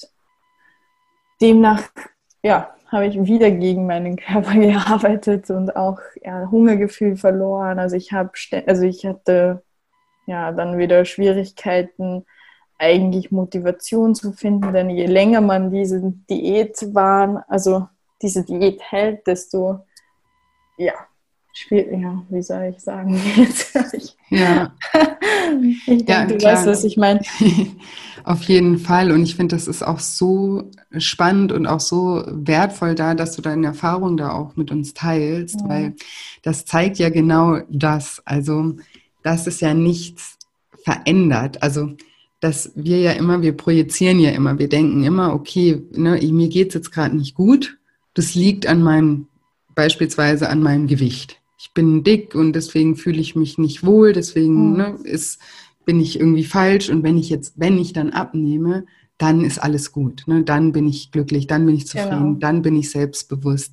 demnach, ja, habe ich wieder gegen meinen Körper gearbeitet und auch ja, Hungergefühl verloren. Also ich hatte ja dann wieder Schwierigkeiten, eigentlich Motivation zu finden, denn je länger man diese Diät war, also diese Diät hält, desto ja, schwierig, ja, wie soll ich sagen jetzt?
Ja.
Ich
Ja,
denke, du weißt,
klar.
was ich meine.
Auf jeden Fall. Und ich finde, das ist auch so spannend und auch so wertvoll da, dass du deine Erfahrung da auch mit uns teilst,
Ja,
weil das zeigt ja genau das. Also, dass es ja nichts verändert. Also, dass wir ja immer, wir projizieren ja immer, wir denken immer, okay, ne, mir geht's jetzt gerade nicht gut. Das liegt an beispielsweise an meinem Gewicht. Ich bin dick und deswegen fühle ich mich nicht wohl, deswegen
hm,
ne, bin ich irgendwie falsch und wenn ich dann abnehme, dann ist alles gut, ne? Dann bin ich glücklich, dann bin ich zufrieden,
genau.
dann bin ich selbstbewusst,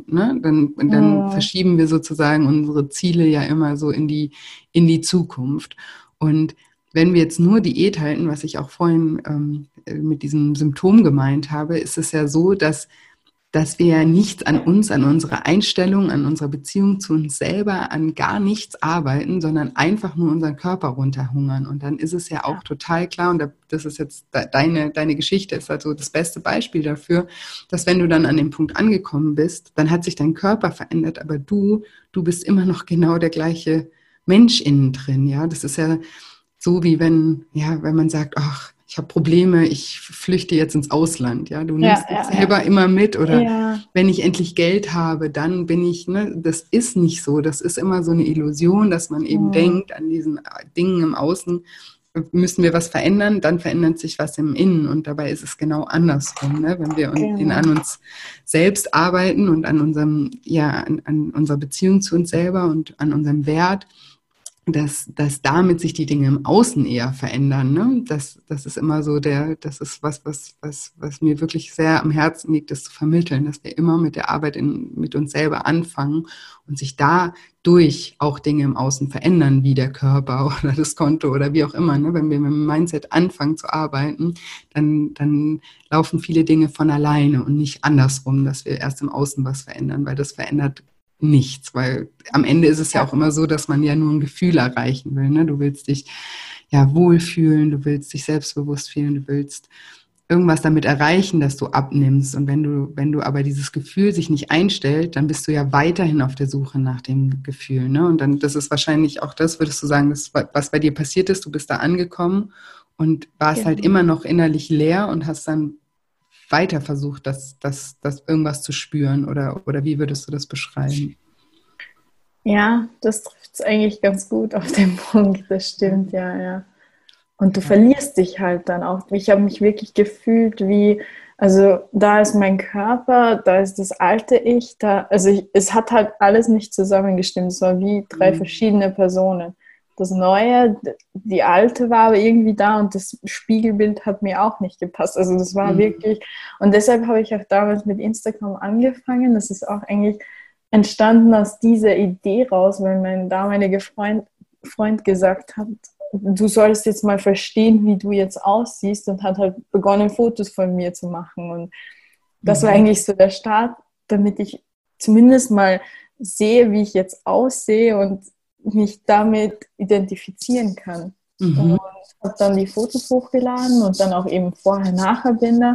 dann
Hm,
verschieben wir sozusagen unsere Ziele ja immer so in die Zukunft. Und wenn wir jetzt nur Diät halten, was ich auch vorhin mit diesem Symptom gemeint habe, ist es ja so, dass wir ja nichts an uns, an unserer Einstellung, an unserer Beziehung zu uns selber, an gar nichts arbeiten, sondern einfach nur unseren Körper runterhungern. Und dann ist es ja auch
ja,
total klar, und das ist jetzt deine Geschichte, ist also das beste Beispiel dafür, dass wenn du dann an dem Punkt angekommen bist, dann hat sich dein Körper verändert, aber du bist immer noch genau der gleiche Mensch innen drin. Ja, das ist ja so wie wenn man sagt, ach, ich habe Probleme, ich flüchte jetzt ins Ausland. Ja, du
ja,
nimmst dich
ja,
selber immer mit oder
ja,
wenn ich endlich Geld habe, dann bin ich, ne, das ist nicht so. Das ist immer so eine Illusion, dass man eben
hm,
denkt, an diesen Dingen im Außen müssen wir was verändern, dann verändert sich was im Innen und dabei ist es genau andersrum. Ne? Wenn wir
genau.
an uns selbst arbeiten und an an unserer Beziehung zu uns selber und an unserem Wert, dass damit sich die Dinge im Außen eher verändern. Ne? Das ist immer so das ist was mir wirklich sehr am Herzen liegt, das zu vermitteln, dass wir immer mit der Arbeit mit uns selber anfangen und sich dadurch auch Dinge im Außen verändern, wie der Körper oder das Konto oder wie auch immer. Ne? Wenn wir mit dem Mindset anfangen zu arbeiten, dann laufen viele Dinge von alleine und nicht andersrum, dass wir erst im Außen was verändern, weil das verändert nichts, weil am Ende ist es ja auch
Ja,
immer so, dass man ja nur ein Gefühl erreichen will. Ne? Du willst dich ja wohlfühlen, du willst dich selbstbewusst fühlen, du willst irgendwas damit erreichen, dass du abnimmst. Und wenn du aber dieses Gefühl sich nicht einstellt, dann bist du ja weiterhin auf der Suche nach dem Gefühl. Ne? Und dann, das ist wahrscheinlich auch das, würdest du sagen, das, was bei dir passiert ist, du bist da angekommen und warst halt
genau.
immer noch innerlich leer und hast dann weiter versucht, das irgendwas zu spüren oder wie würdest du das beschreiben?
Ja, das trifft es eigentlich ganz gut auf den Punkt, das
Ja,
stimmt, ja, ja. Und du
ja.
verlierst dich halt dann auch. Ich habe mich wirklich gefühlt wie, also da ist mein Körper, da ist das alte Ich, es hat halt alles nicht zusammengestimmt. Es war wie drei
Mhm.
verschiedene Personen. Das Neue, die alte war aber irgendwie da und das Spiegelbild hat mir auch nicht gepasst. Also das war
Mhm.
wirklich, und deshalb habe ich auch damals mit Instagram angefangen. Das ist auch eigentlich entstanden aus dieser Idee raus, weil mein damaliger Freund gesagt hat, du sollst jetzt mal verstehen, wie du jetzt aussiehst und hat halt begonnen, Fotos von mir zu machen. Und das war
Mhm.
eigentlich so der Start, damit ich zumindest mal sehe, wie ich jetzt aussehe und mich damit identifizieren kann. Und habe dann die Fotos hochgeladen und dann auch eben Vorher-Nachher-Bilder.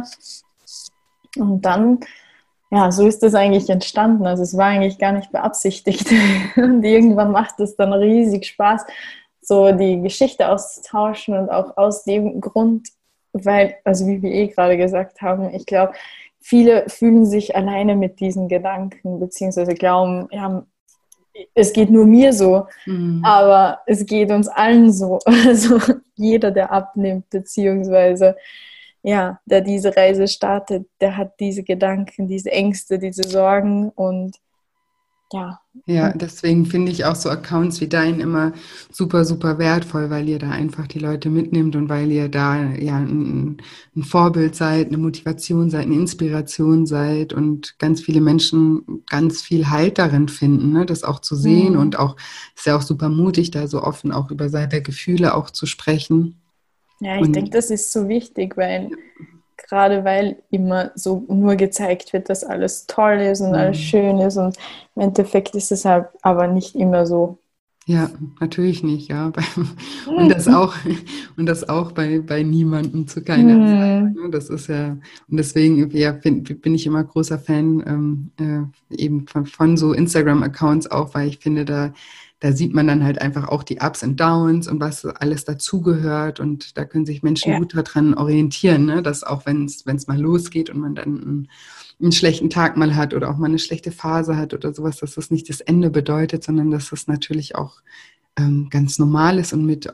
Und dann, ja, so ist das eigentlich entstanden. Also es war eigentlich gar nicht beabsichtigt. Und irgendwann macht es dann riesig Spaß, so die Geschichte auszutauschen und auch aus dem Grund, weil, also wie wir gerade gesagt haben, ich glaube, viele fühlen sich alleine mit diesen Gedanken, beziehungsweise glauben, ja, es geht nur mir so, aber es geht uns allen so. Also jeder, der abnimmt, beziehungsweise ja, der diese Reise startet, der hat diese Gedanken, diese Ängste, diese Sorgen und ja.
Ja, deswegen finde ich auch so Accounts wie dein immer super, super wertvoll, weil ihr da einfach die Leute mitnimmt und weil ihr da ja ein Vorbild seid, eine Motivation seid, eine Inspiration seid und ganz viele Menschen ganz viel Halt darin finden, ne, das auch zu sehen und auch, ist ja auch super mutig, da so offen auch über seine Gefühle auch zu sprechen.
Ja, ich denke, das ist so wichtig, weil gerade weil immer so nur gezeigt wird, dass alles toll ist und alles schön ist und im Endeffekt ist es halt aber nicht immer so.
Ja, natürlich nicht, ja. Und das auch bei niemandem zu keiner Zeit. Das ist ja, und deswegen ja, bin ich immer großer Fan eben von so Instagram-Accounts auch, weil ich finde, da sieht man dann halt einfach auch die Ups und Downs und was alles dazugehört und da können sich Menschen gut daran orientieren, ne? Dass auch wenn es mal losgeht und man dann einen schlechten Tag mal hat oder auch mal eine schlechte Phase hat oder sowas, dass das nicht das Ende bedeutet, sondern dass das natürlich auch ganz normal ist und mit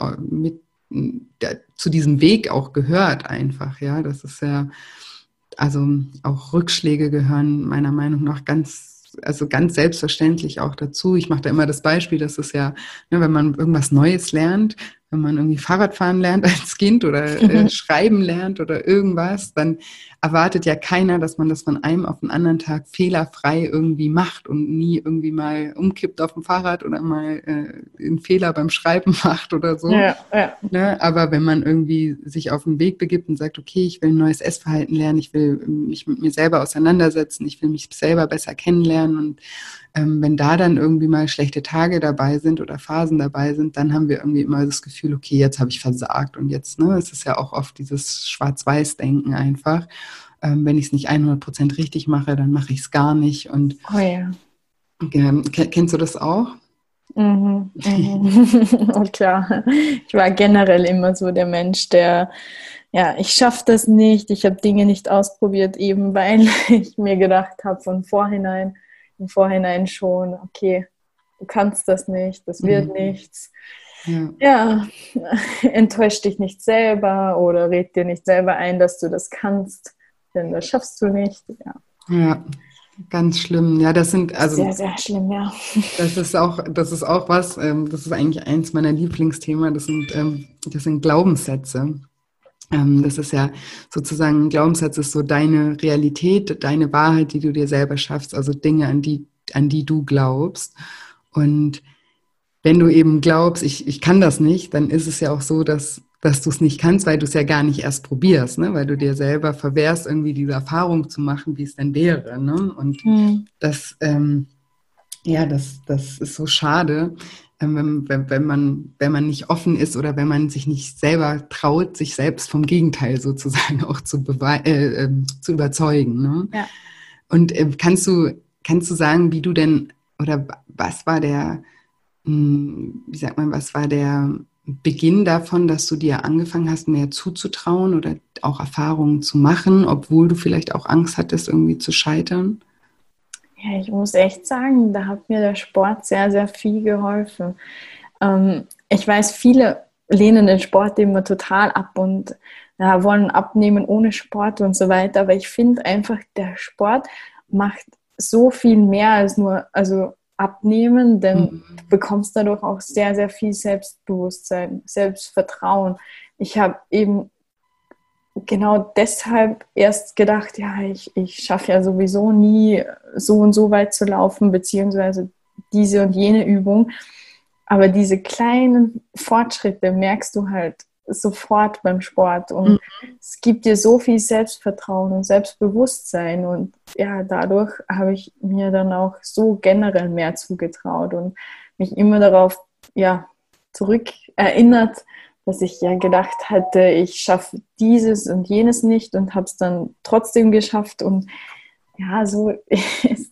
zu diesem Weg auch gehört einfach, ja, das ist ja, also auch Rückschläge gehören meiner Meinung nach ganz selbstverständlich auch dazu. Ich mache da immer das Beispiel, dass es ja, ne, wenn man irgendwas Neues lernt, wenn man irgendwie Fahrradfahren lernt als Kind oder Schreiben lernt oder irgendwas, dann erwartet ja keiner, dass man das von einem auf den anderen Tag fehlerfrei irgendwie macht und nie irgendwie mal umkippt auf dem Fahrrad oder mal einen Fehler beim Schreiben macht oder so.
Ja, ja.
Ne? Aber wenn man irgendwie sich auf den Weg begibt und sagt, okay, ich will ein neues Essverhalten lernen, ich will mich mit mir selber auseinandersetzen, ich will mich selber besser kennenlernen und wenn da dann irgendwie mal schlechte Tage dabei sind oder Phasen dabei sind, dann haben wir irgendwie immer das Gefühl, okay, jetzt habe ich versagt und jetzt, ne, es ist ja auch oft dieses Schwarz-Weiß-Denken einfach. Wenn ich es nicht 100% richtig mache, dann mache ich es gar nicht. Und kennst du das auch?
Und klar, ich war generell immer so der Mensch, der, ja, ich schaffe das nicht, ich habe Dinge nicht ausprobiert, eben weil ich mir gedacht habe im Vorhinein schon, okay, du kannst das nicht, das wird nichts. Ja, enttäusch dich nicht selber oder red dir nicht selber ein, dass du das kannst, denn das schaffst du nicht.
Ja, ganz schlimm. Ja, das sind also
sehr, sehr schlimm, ja.
Das ist auch was, das ist eigentlich eins meiner Lieblingsthemen, das sind Glaubenssätze. Das ist ja sozusagen, ein Glaubenssatz ist so deine Realität, deine Wahrheit, die du dir selber schaffst, also Dinge, an die du glaubst. Und wenn du eben glaubst, ich kann das nicht, dann ist es ja auch so, dass du es nicht kannst, weil du es ja gar nicht erst probierst, ne? Weil du dir selber verwehrst, irgendwie diese Erfahrung zu machen, wie es denn wäre. Ne? Und das ist so schade, wenn man nicht offen ist oder wenn man sich nicht selber traut, sich selbst vom Gegenteil sozusagen auch zu überzeugen. Ne?
Ja.
Und kannst du sagen, wie du denn, oder was war der Beginn davon, dass du dir angefangen hast, mehr zuzutrauen oder auch Erfahrungen zu machen, obwohl du vielleicht auch Angst hattest, irgendwie zu scheitern?
Ja, ich muss echt sagen, da hat mir der Sport sehr, sehr viel geholfen. Ich weiß, viele lehnen den Sport immer total ab und wollen abnehmen ohne Sport und so weiter. Aber ich finde einfach, der Sport macht so viel mehr als nur abnehmen, denn du bekommst dadurch auch sehr, sehr viel Selbstbewusstsein, Selbstvertrauen. Ich habe eben genau deshalb erst gedacht, ja, ich schaffe ja sowieso nie so und so weit zu laufen, beziehungsweise diese und jene Übung. Aber diese kleinen Fortschritte merkst du halt sofort beim Sport und es gibt dir so viel Selbstvertrauen und Selbstbewusstsein und ja, dadurch habe ich mir dann auch so generell mehr zugetraut und mich immer darauf, ja, zurückerinnert, dass ich ja gedacht hatte, ich schaffe dieses und jenes nicht und habe es dann trotzdem geschafft. Und ja, so ist,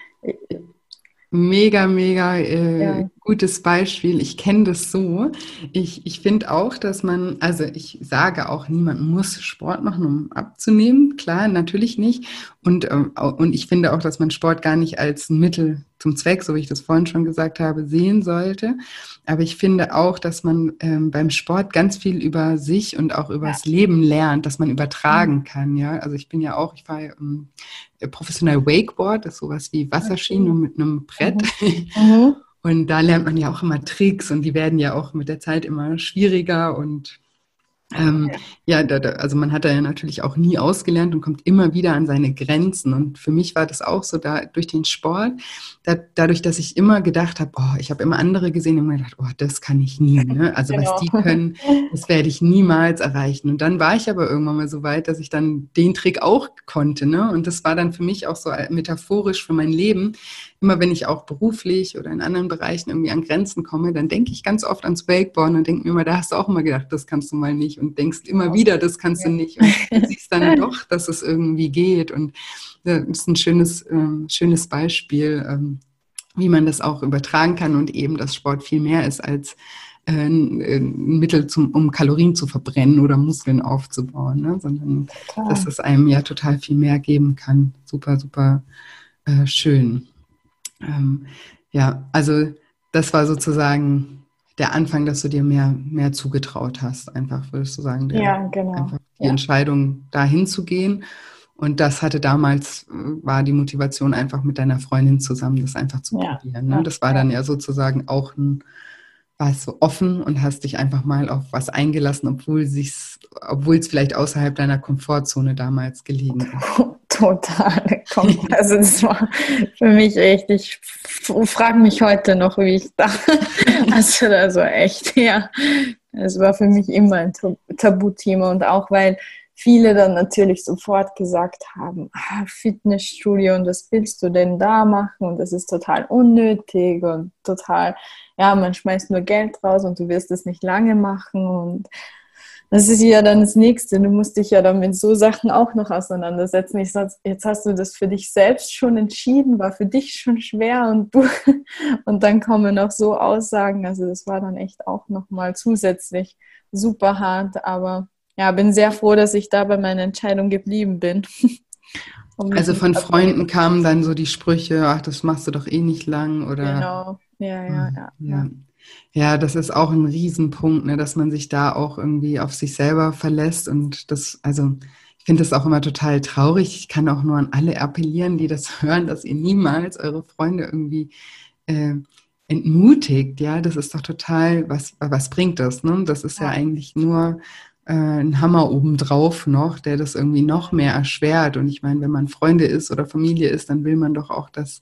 Mega, mega
ja,
gutes Beispiel. Ich kenne das so. Ich finde auch, dass man, also ich sage auch, niemand muss Sport machen, um abzunehmen. Klar, natürlich nicht. Und ich finde auch, dass man Sport gar nicht als ein Mittel zum Zweck, so wie ich das vorhin schon gesagt habe, sehen sollte. Aber ich finde auch, dass man beim Sport ganz viel über sich und auch über
ja.
das Leben lernt, dass man übertragen kann. Ja, also ich bin ja auch, ich fahre professionell Wakeboard, das ist sowas wie Wasserski, nur mit einem Brett.
Mhm.
Und da lernt man ja auch immer Tricks und die werden ja auch mit der Zeit immer schwieriger und ja, also man hat da ja natürlich auch nie ausgelernt und kommt immer wieder an seine Grenzen. Und für mich war das auch so, da durch den Sport, dadurch, dass ich immer gedacht habe, oh, ich habe immer andere gesehen und immer gedacht, oh, das kann ich nie. Ne? Also was
Genau.
die können, das werde ich niemals erreichen. Und dann war ich aber irgendwann mal so weit, dass ich dann den Trick auch konnte. Ne? Und das war dann für mich auch so metaphorisch für mein Leben. Immer wenn ich auch beruflich oder in anderen Bereichen irgendwie an Grenzen komme, dann denke ich ganz oft ans Wakeboarden und denke mir immer, da hast du auch immer gedacht, das kannst du mal nicht und denkst immer wieder, das kannst du nicht und du siehst dann doch, dass es irgendwie geht und das ist ein schönes Beispiel, wie man das auch übertragen kann und eben, dass Sport viel mehr ist als ein Mittel, um Kalorien zu verbrennen oder Muskeln aufzubauen, ne? Sondern dass es einem ja total viel mehr geben kann. Super, super schön. Ja, also das war sozusagen der Anfang, dass du dir mehr zugetraut hast. Einfach, würdest du sagen,
Ja, genau.
einfach die Entscheidung, dahin zu gehen. Und das hatte damals, war die Motivation einfach mit deiner Freundin zusammen, das einfach zu probieren. Ne? Das war dann ja sozusagen auch warst so offen und hast dich einfach mal auf was eingelassen, obwohl es vielleicht außerhalb deiner Komfortzone damals gelegen ist.
Total. Also das war für mich echt, ich frage mich heute noch, wie ich da, also echt, ja. Es war für mich immer ein Tabuthema und auch, weil viele dann natürlich sofort gesagt haben, Fitnessstudio und was willst du denn da machen und das ist total unnötig und total, ja, man schmeißt nur Geld raus und du wirst es nicht lange machen und das ist ja dann das Nächste. Du musst dich ja dann mit so Sachen auch noch auseinandersetzen. Jetzt hast du das für dich selbst schon entschieden, war für dich schon schwer und dann kommen noch so Aussagen. Also das war dann echt auch nochmal zusätzlich super hart. Aber ja, bin sehr froh, dass ich da bei meiner Entscheidung geblieben bin.
Also von Freunden kamen dann so die Sprüche, ach, das machst du doch eh nicht lang oder.
Genau, ja.
Ja, das ist auch ein Riesenpunkt, ne, dass man sich da auch irgendwie auf sich selber verlässt und also ich finde das auch immer total traurig. Ich kann auch nur an alle appellieren, die das hören, dass ihr niemals eure Freunde irgendwie entmutigt. Ja, das ist doch total, was bringt das? Ne? Das ist ja eigentlich nur ein Hammer obendrauf noch, der das irgendwie noch mehr erschwert. Und ich meine, wenn man Freunde ist oder Familie ist, dann will man doch auch, dass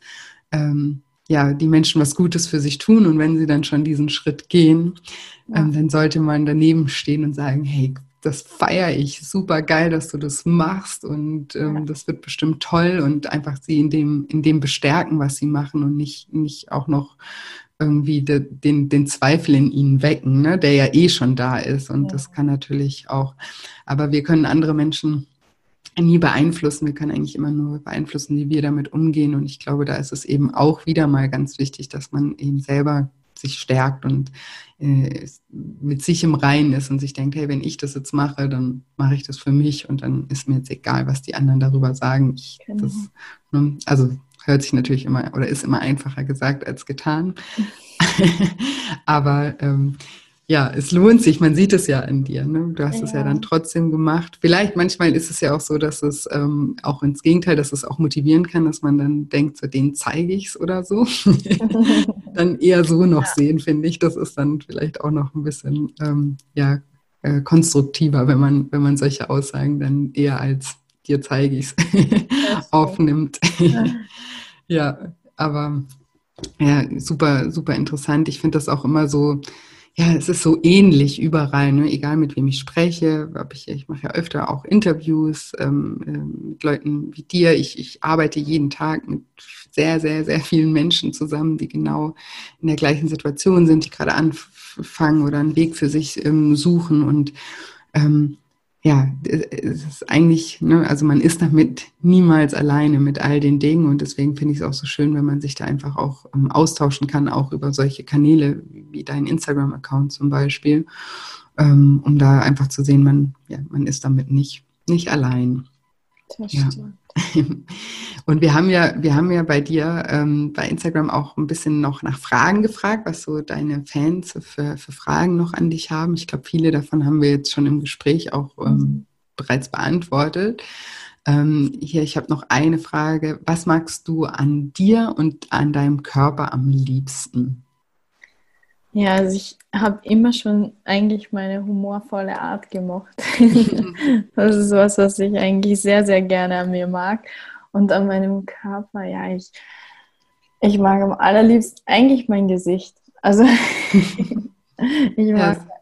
die Menschen was Gutes für sich tun. Und wenn sie dann schon diesen Schritt gehen, dann sollte man daneben stehen und sagen, hey, das feiere ich, super geil, dass du das machst und das wird bestimmt toll und einfach sie in dem bestärken, was sie machen und nicht auch noch irgendwie den Zweifel in ihnen wecken, ne, der ja eh schon da ist und das kann natürlich auch, aber wir können andere Menschen nie beeinflussen. Wir können eigentlich immer nur beeinflussen, wie wir damit umgehen. Und ich glaube, da ist es eben auch wieder mal ganz wichtig, dass man eben selber sich stärkt und mit sich im Reinen ist und sich denkt, hey, wenn ich das jetzt mache, dann mache ich das für mich und dann ist mir jetzt egal, was die anderen darüber sagen. Also hört sich natürlich immer oder ist immer einfacher gesagt als getan. Aber ja, es lohnt sich, man sieht es ja in dir. Ne? Du hast es ja dann trotzdem gemacht. Vielleicht manchmal ist es ja auch so, dass es auch ins Gegenteil, dass es auch motivieren kann, dass man dann denkt, so denen zeige ich es oder so. Dann eher so noch sehen, finde ich. Das ist dann vielleicht auch noch ein bisschen konstruktiver, wenn man solche Aussagen dann eher als dir zeige ich es aufnimmt. Ja, aber ja, super, super interessant. Ich finde das auch immer so, Ja, es ist so ähnlich überall, ne? Egal mit wem ich spreche. Ich mache ja öfter auch Interviews mit Leuten wie dir. Ich arbeite jeden Tag mit sehr, sehr, sehr vielen Menschen zusammen, die genau in der gleichen Situation sind, die gerade anfangen oder einen Weg für sich suchen. Und ja, es ist eigentlich, ne, also man ist damit niemals alleine mit all den Dingen und deswegen finde ich es auch so schön, wenn man sich da einfach auch austauschen kann, auch über solche Kanäle wie dein Instagram-Account zum Beispiel, um da einfach zu sehen, man ist damit nicht allein.
Das
Ja.
stimmt.
Und wir haben ja bei dir bei Instagram auch ein bisschen noch nach Fragen gefragt, was so deine Fans für Fragen noch an dich haben. Ich glaube, viele davon haben wir jetzt schon im Gespräch auch bereits beantwortet. Hier, ich habe noch eine Frage. Was magst du an dir und an deinem Körper am liebsten?
Ja, also ich habe immer schon eigentlich meine humorvolle Art gemocht. Das ist was ich eigentlich sehr, sehr gerne an mir mag. Und an meinem Körper, ja, ich mag am allerliebsten eigentlich mein Gesicht. Also ich mag
Yes.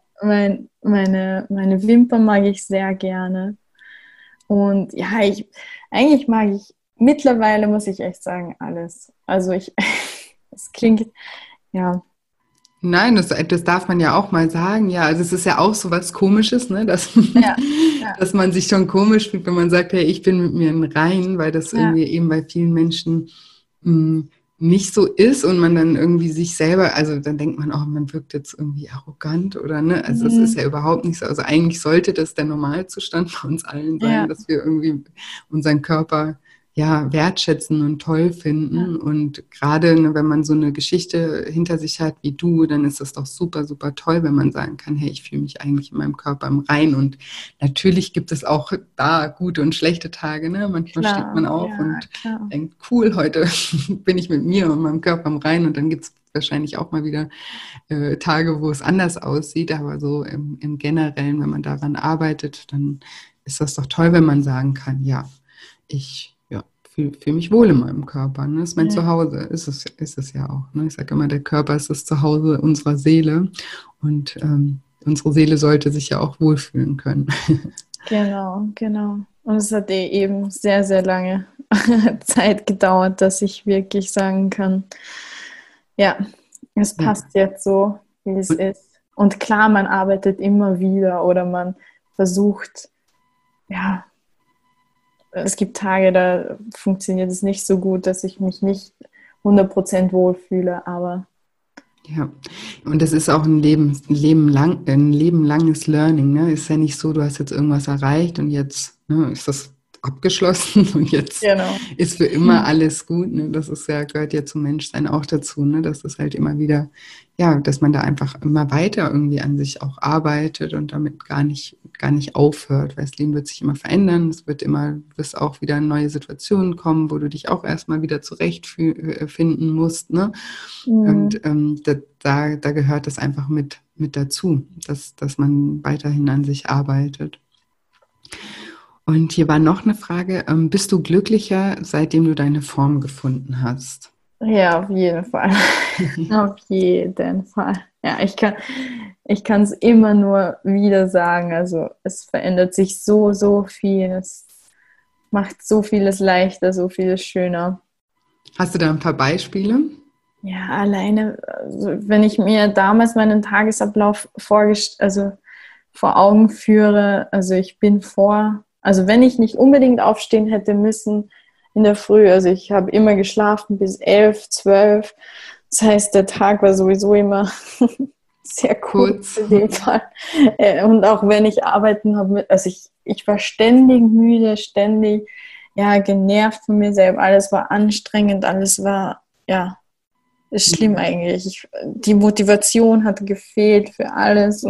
meine Wimpern mag ich sehr gerne. Und ja, eigentlich mag ich mittlerweile, muss ich echt sagen, alles. Also es klingt, ja.
Nein, das darf man ja auch mal sagen. Ja, also es ist ja auch so was Komisches, ne,
Ja, ja,
dass man sich schon komisch fühlt, wenn man sagt, hey, ich bin mit mir im Reinen, weil das
ja.
irgendwie eben bei vielen Menschen mh, nicht so ist und man dann irgendwie sich selber, also dann denkt man auch, man wirkt jetzt irgendwie arrogant oder ne, also das ist
Mhm.
ja überhaupt nicht so. Also eigentlich sollte das der Normalzustand bei uns allen sein,
Ja,
dass wir irgendwie unseren Körper ja, wertschätzen und toll
ja,
finden. Und gerade ne, wenn man so eine Geschichte hinter sich hat wie du, dann ist das doch super, super toll, wenn man sagen kann, hey, ich fühle mich eigentlich in meinem Körper im Rein. Und natürlich gibt es auch da gute und schlechte Tage. Ne? Manchmal steht man
klar,
auf
ja,
und
klar.
denkt, cool, heute bin ich mit mir und meinem Körper im Rein. Und dann gibt es wahrscheinlich auch mal wieder Tage, wo es anders aussieht. Aber so im Generellen, wenn man daran arbeitet, dann ist das doch toll, wenn man sagen kann, ja, ich fühl mich wohl in meinem Körper. Ne? Das ist mein
Ja,
Zuhause, ist es ja auch. Ne? Ich sage immer, der Körper ist das Zuhause unserer Seele und unsere Seele sollte sich ja auch wohlfühlen können.
genau, genau. Und es hat eben sehr, sehr lange Zeit gedauert, dass ich wirklich sagen kann, ja, es
Ja.
passt jetzt so, wie es
Und,
ist. Und klar, man arbeitet immer wieder oder man versucht, ja, es gibt Tage, da funktioniert es nicht so gut, dass ich mich nicht 100% wohlfühle, aber
ja, und das ist auch ein Leben langes Learning. Ne? Ist ja nicht so, du hast jetzt irgendwas erreicht und jetzt ne, ist das abgeschlossen und jetzt
genau.
ist für immer alles gut. Ne? Das ist ja, gehört ja zum Menschsein auch dazu, ne? Dass es halt immer wieder, ja, dass man da einfach immer weiter irgendwie an sich auch arbeitet und damit gar nicht aufhört, weil das Leben wird sich immer verändern, es wird immer, du wirst auch wieder in neue Situationen kommen, wo du dich auch erstmal wieder zurechtfinden musst, ne? Und
Mhm.
da gehört das einfach mit dazu, dass man weiterhin an sich arbeitet. Und hier war noch eine Frage, bist du glücklicher, seitdem du deine Form gefunden hast?
Ja, auf jeden Fall. Auf jeden Fall. Ja, ich kann es immer nur wieder sagen. Also es verändert sich so, so viel. Es macht so vieles leichter, so vieles schöner.
Hast du da ein paar Beispiele?
Ja, alleine, also wenn ich mir damals meinen Tagesablauf also vor Augen führe, also wenn ich nicht unbedingt aufstehen hätte müssen in der Früh, also ich habe immer geschlafen bis 11, 12. Das heißt, der Tag war sowieso immer sehr kurz
Kurz.
in dem Fall. Und auch wenn ich arbeiten habe, also ich war ständig müde, ständig ja, genervt von mir selbst. Alles war anstrengend, alles war, ja, ist schlimm eigentlich. Die Motivation hat gefehlt für alles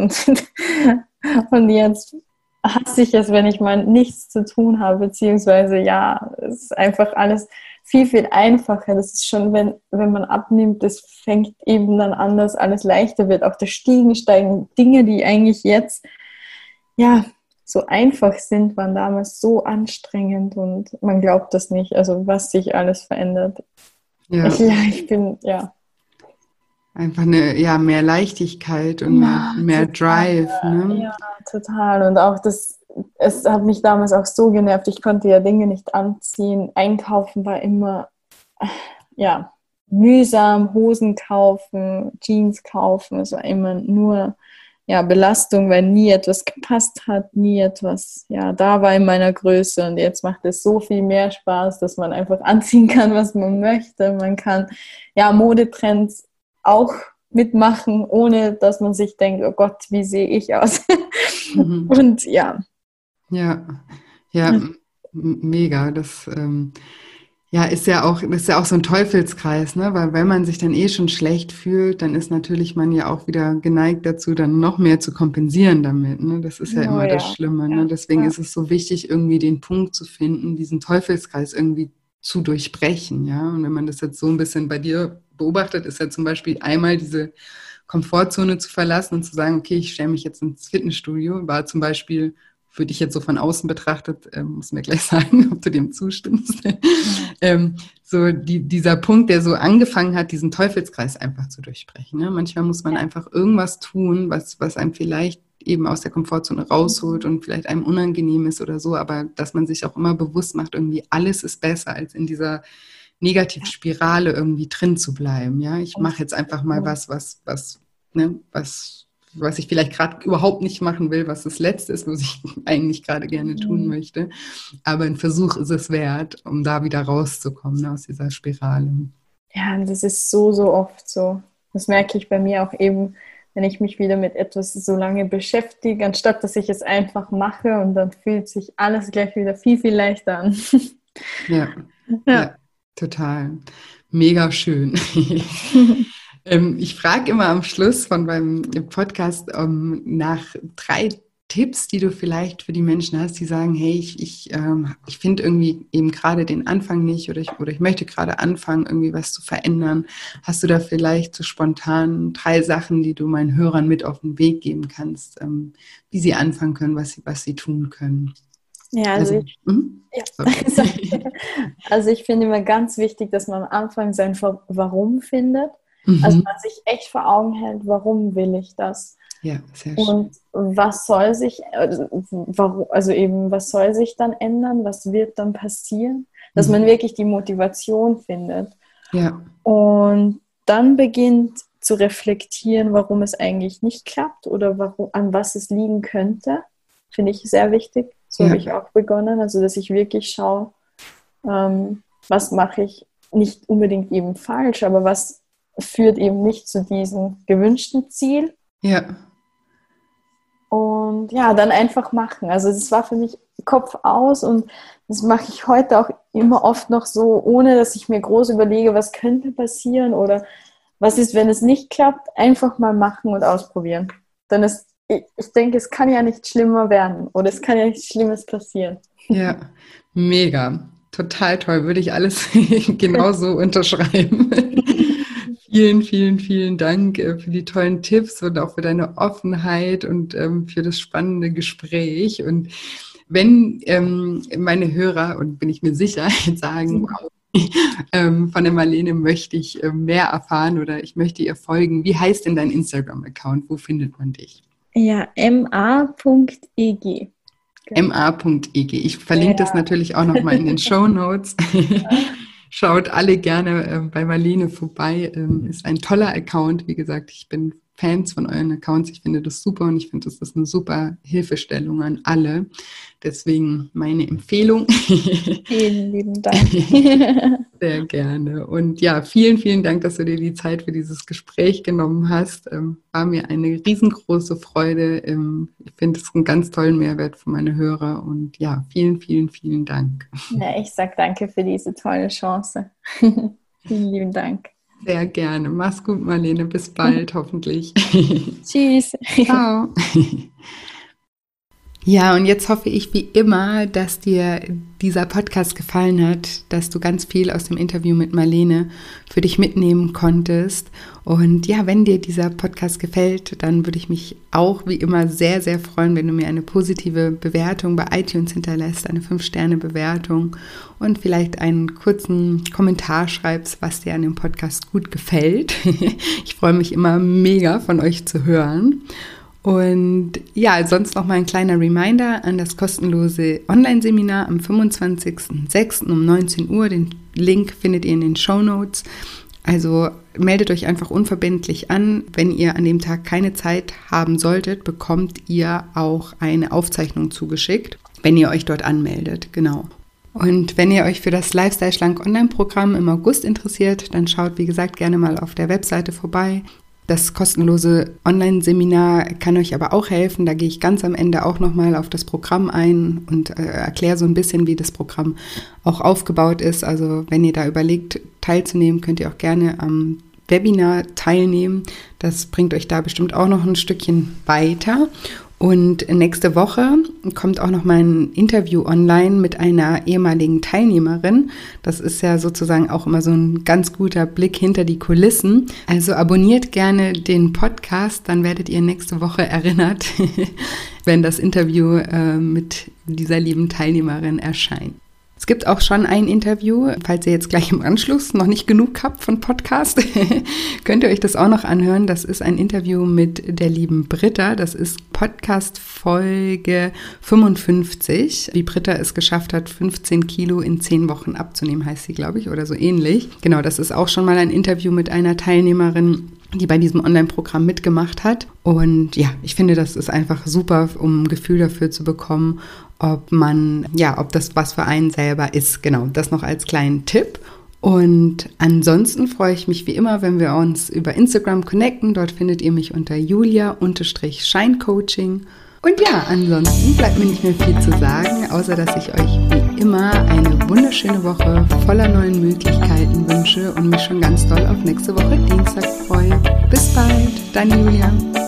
und jetzt hasse ich es, wenn ich mal nichts zu tun habe, beziehungsweise ja, es ist einfach alles viel, viel einfacher. Das ist schon, wenn man abnimmt, das fängt eben dann an, dass alles leichter wird. Auch das Steigen, Dinge, die eigentlich jetzt ja so einfach sind, waren damals so anstrengend und man glaubt das nicht, also was sich alles verändert.
Ja.
Ja, ich bin, ja.
Einfach mehr Leichtigkeit und mehr Drive, ne?
Ja, total. Und auch es hat mich damals auch so genervt. Ich konnte ja Dinge nicht anziehen. Einkaufen war immer, ja, mühsam. Hosen kaufen, Jeans kaufen. Es war immer nur, ja, Belastung, weil nie etwas gepasst hat, nie etwas, ja, da war in meiner Größe. Und jetzt macht es so viel mehr Spaß, dass man einfach anziehen kann, was man möchte. Man kann, ja, Modetrends auch mitmachen, ohne dass man sich denkt, oh Gott, wie sehe ich aus? Und ja.
Ja, mega. Das ist ja auch so ein Teufelskreis, ne? Weil wenn man sich dann schon schlecht fühlt, dann ist natürlich man ja auch wieder geneigt dazu, dann noch mehr zu kompensieren damit. Ne? Das ist ja immer das Schlimme. Ne? Deswegen ist es so wichtig, irgendwie den Punkt zu finden, diesen Teufelskreis irgendwie zu durchbrechen. Ja? Und wenn man das jetzt so ein bisschen bei dir beobachtet, ist ja zum Beispiel einmal diese Komfortzone zu verlassen und zu sagen, okay, ich stelle mich jetzt ins Fitnessstudio, war zum Beispiel für dich jetzt so von außen betrachtet, muss mir gleich sagen, ob du dem zustimmst, so dieser Punkt, der so angefangen hat, diesen Teufelskreis einfach zu durchbrechen. Ne? Manchmal muss man einfach irgendwas tun, was einem vielleicht eben aus der Komfortzone rausholt und vielleicht einem unangenehm ist oder so, aber dass man sich auch immer bewusst macht, irgendwie alles ist besser, als in dieser Negativspirale irgendwie drin zu bleiben. Ja, ich mache jetzt einfach mal was ich vielleicht gerade überhaupt nicht machen will, was das Letzte ist, was ich eigentlich gerade gerne tun möchte. Aber ein Versuch ist es wert, um da wieder rauszukommen, aus dieser Spirale.
Ja, das ist so, so oft so. Das merke ich bei mir auch eben, wenn ich mich wieder mit etwas so lange beschäftige, anstatt dass ich es einfach mache und dann fühlt sich alles gleich wieder viel, viel leichter an.
Ja, total. Mega schön. Ich frage immer am Schluss von meinem Podcast nach 3 Tipps, die du vielleicht für die Menschen hast, die sagen, hey, ich finde irgendwie eben gerade den Anfang nicht oder ich möchte gerade anfangen, irgendwie was zu verändern. Hast du da vielleicht so spontan 3 Sachen, die du meinen Hörern mit auf den Weg geben kannst, wie sie anfangen können, was sie tun können?
Ja, also ich finde immer ganz wichtig, dass man am Anfang sein Warum findet. Also man sich echt vor Augen hält, warum will ich das?
Ja, sehr schön.
Und was soll sich dann ändern? Was wird dann passieren? Dass man wirklich die Motivation findet.
Ja.
Und dann beginnt zu reflektieren, warum es eigentlich nicht klappt oder an was es liegen könnte. Finde ich sehr wichtig. So habe ich auch begonnen. Also, dass ich wirklich schaue, was mache ich nicht unbedingt eben falsch, aber was führt eben nicht zu diesem gewünschten Ziel.
Ja.
Und ja, dann einfach machen. Also das war für mich Kopf aus und das mache ich heute auch immer oft noch so, ohne dass ich mir groß überlege, was könnte passieren oder was ist, wenn es nicht klappt. Einfach mal machen und ausprobieren. Dann ich denke, es kann ja nicht schlimmer werden oder es kann ja nichts Schlimmes passieren.
Ja, mega. Total toll. Würde ich alles genauso unterschreiben. Vielen, vielen, vielen Dank für die tollen Tipps und auch für deine Offenheit und für das spannende Gespräch. Und wenn meine Hörer, und bin ich mir sicher, sagen, von der Marlene möchte ich mehr erfahren oder ich möchte ihr folgen. Wie heißt denn dein Instagram-Account? Wo findet man dich?
Ja, ma.eg.
ma.eg. Ich verlinke das natürlich auch nochmal in den Shownotes. Schaut alle gerne bei Marlene vorbei. Ist ein toller Account. Wie gesagt, ich bin Fans von euren Accounts. Ich finde das super und ich finde, das ist eine super Hilfestellung an alle. Deswegen meine Empfehlung.
Vielen lieben Dank.
Sehr gerne. Und ja, vielen, vielen Dank, dass du dir die Zeit für dieses Gespräch genommen hast. War mir eine riesengroße Freude. Ich finde es einen ganz tollen Mehrwert für meine Hörer. Und ja, vielen, vielen, vielen Dank.
Ja, ich sage danke für diese tolle Chance. Vielen lieben Dank.
Sehr gerne. Mach's gut, Marlene. Bis bald, hoffentlich.
Tschüss.
Ciao. Ja, und jetzt hoffe ich wie immer, dass dir dieser Podcast gefallen hat, dass du ganz viel aus dem Interview mit Marlene für dich mitnehmen konntest. Und ja, wenn dir dieser Podcast gefällt, dann würde ich mich auch wie immer sehr, sehr freuen, wenn du mir eine positive Bewertung bei iTunes hinterlässt, eine 5-Sterne-Bewertung und vielleicht einen kurzen Kommentar schreibst, was dir an dem Podcast gut gefällt. Ich freue mich immer mega von euch zu hören. Und ja, sonst noch mal ein kleiner Reminder an das kostenlose Online-Seminar am 25.06. um 19 Uhr. Den Link findet ihr in den Shownotes. Also meldet euch einfach unverbindlich an. Wenn ihr an dem Tag keine Zeit haben solltet, bekommt ihr auch eine Aufzeichnung zugeschickt, wenn ihr euch dort anmeldet. Genau. Und wenn ihr euch für das Lifestyle Schlank Online-Programm im August interessiert, dann schaut, wie gesagt, gerne mal auf der Webseite vorbei. Das kostenlose Online-Seminar kann euch aber auch helfen. Da gehe ich ganz am Ende auch nochmal auf das Programm ein und erkläre so ein bisschen, wie das Programm auch aufgebaut ist. Also wenn ihr da überlegt, teilzunehmen, könnt ihr auch gerne am Webinar teilnehmen. Das bringt euch da bestimmt auch noch ein Stückchen weiter. Und nächste Woche kommt auch noch mal ein Interview online mit einer ehemaligen Teilnehmerin. Das ist ja sozusagen auch immer so ein ganz guter Blick hinter die Kulissen. Also abonniert gerne den Podcast, dann werdet ihr nächste Woche erinnert, wenn das Interview mit dieser lieben Teilnehmerin erscheint. Es gibt auch schon ein Interview, falls ihr jetzt gleich im Anschluss noch nicht genug habt von Podcast, könnt ihr euch das auch noch anhören. Das ist ein Interview mit der lieben Britta. Das ist Podcast-Folge 55, wie Britta es geschafft hat, 15 Kilo in 10 Wochen abzunehmen, heißt sie, glaube ich, oder so ähnlich. Genau, das ist auch schon mal ein Interview mit einer Teilnehmerin, die bei diesem Online-Programm mitgemacht hat. Und ja, ich finde, das ist einfach super, um ein Gefühl dafür zu bekommen, ob das was für einen selber ist. Genau, das noch als kleinen Tipp. Und ansonsten freue ich mich wie immer, wenn wir uns über Instagram connecten. Dort findet ihr mich unter Julia_Scheincoaching. Und ja, ansonsten bleibt mir nicht mehr viel zu sagen, außer dass ich euch wie immer eine wunderschöne Woche voller neuen Möglichkeiten wünsche und mich schon ganz doll auf nächste Woche Dienstag freue. Bis bald, deine Julia.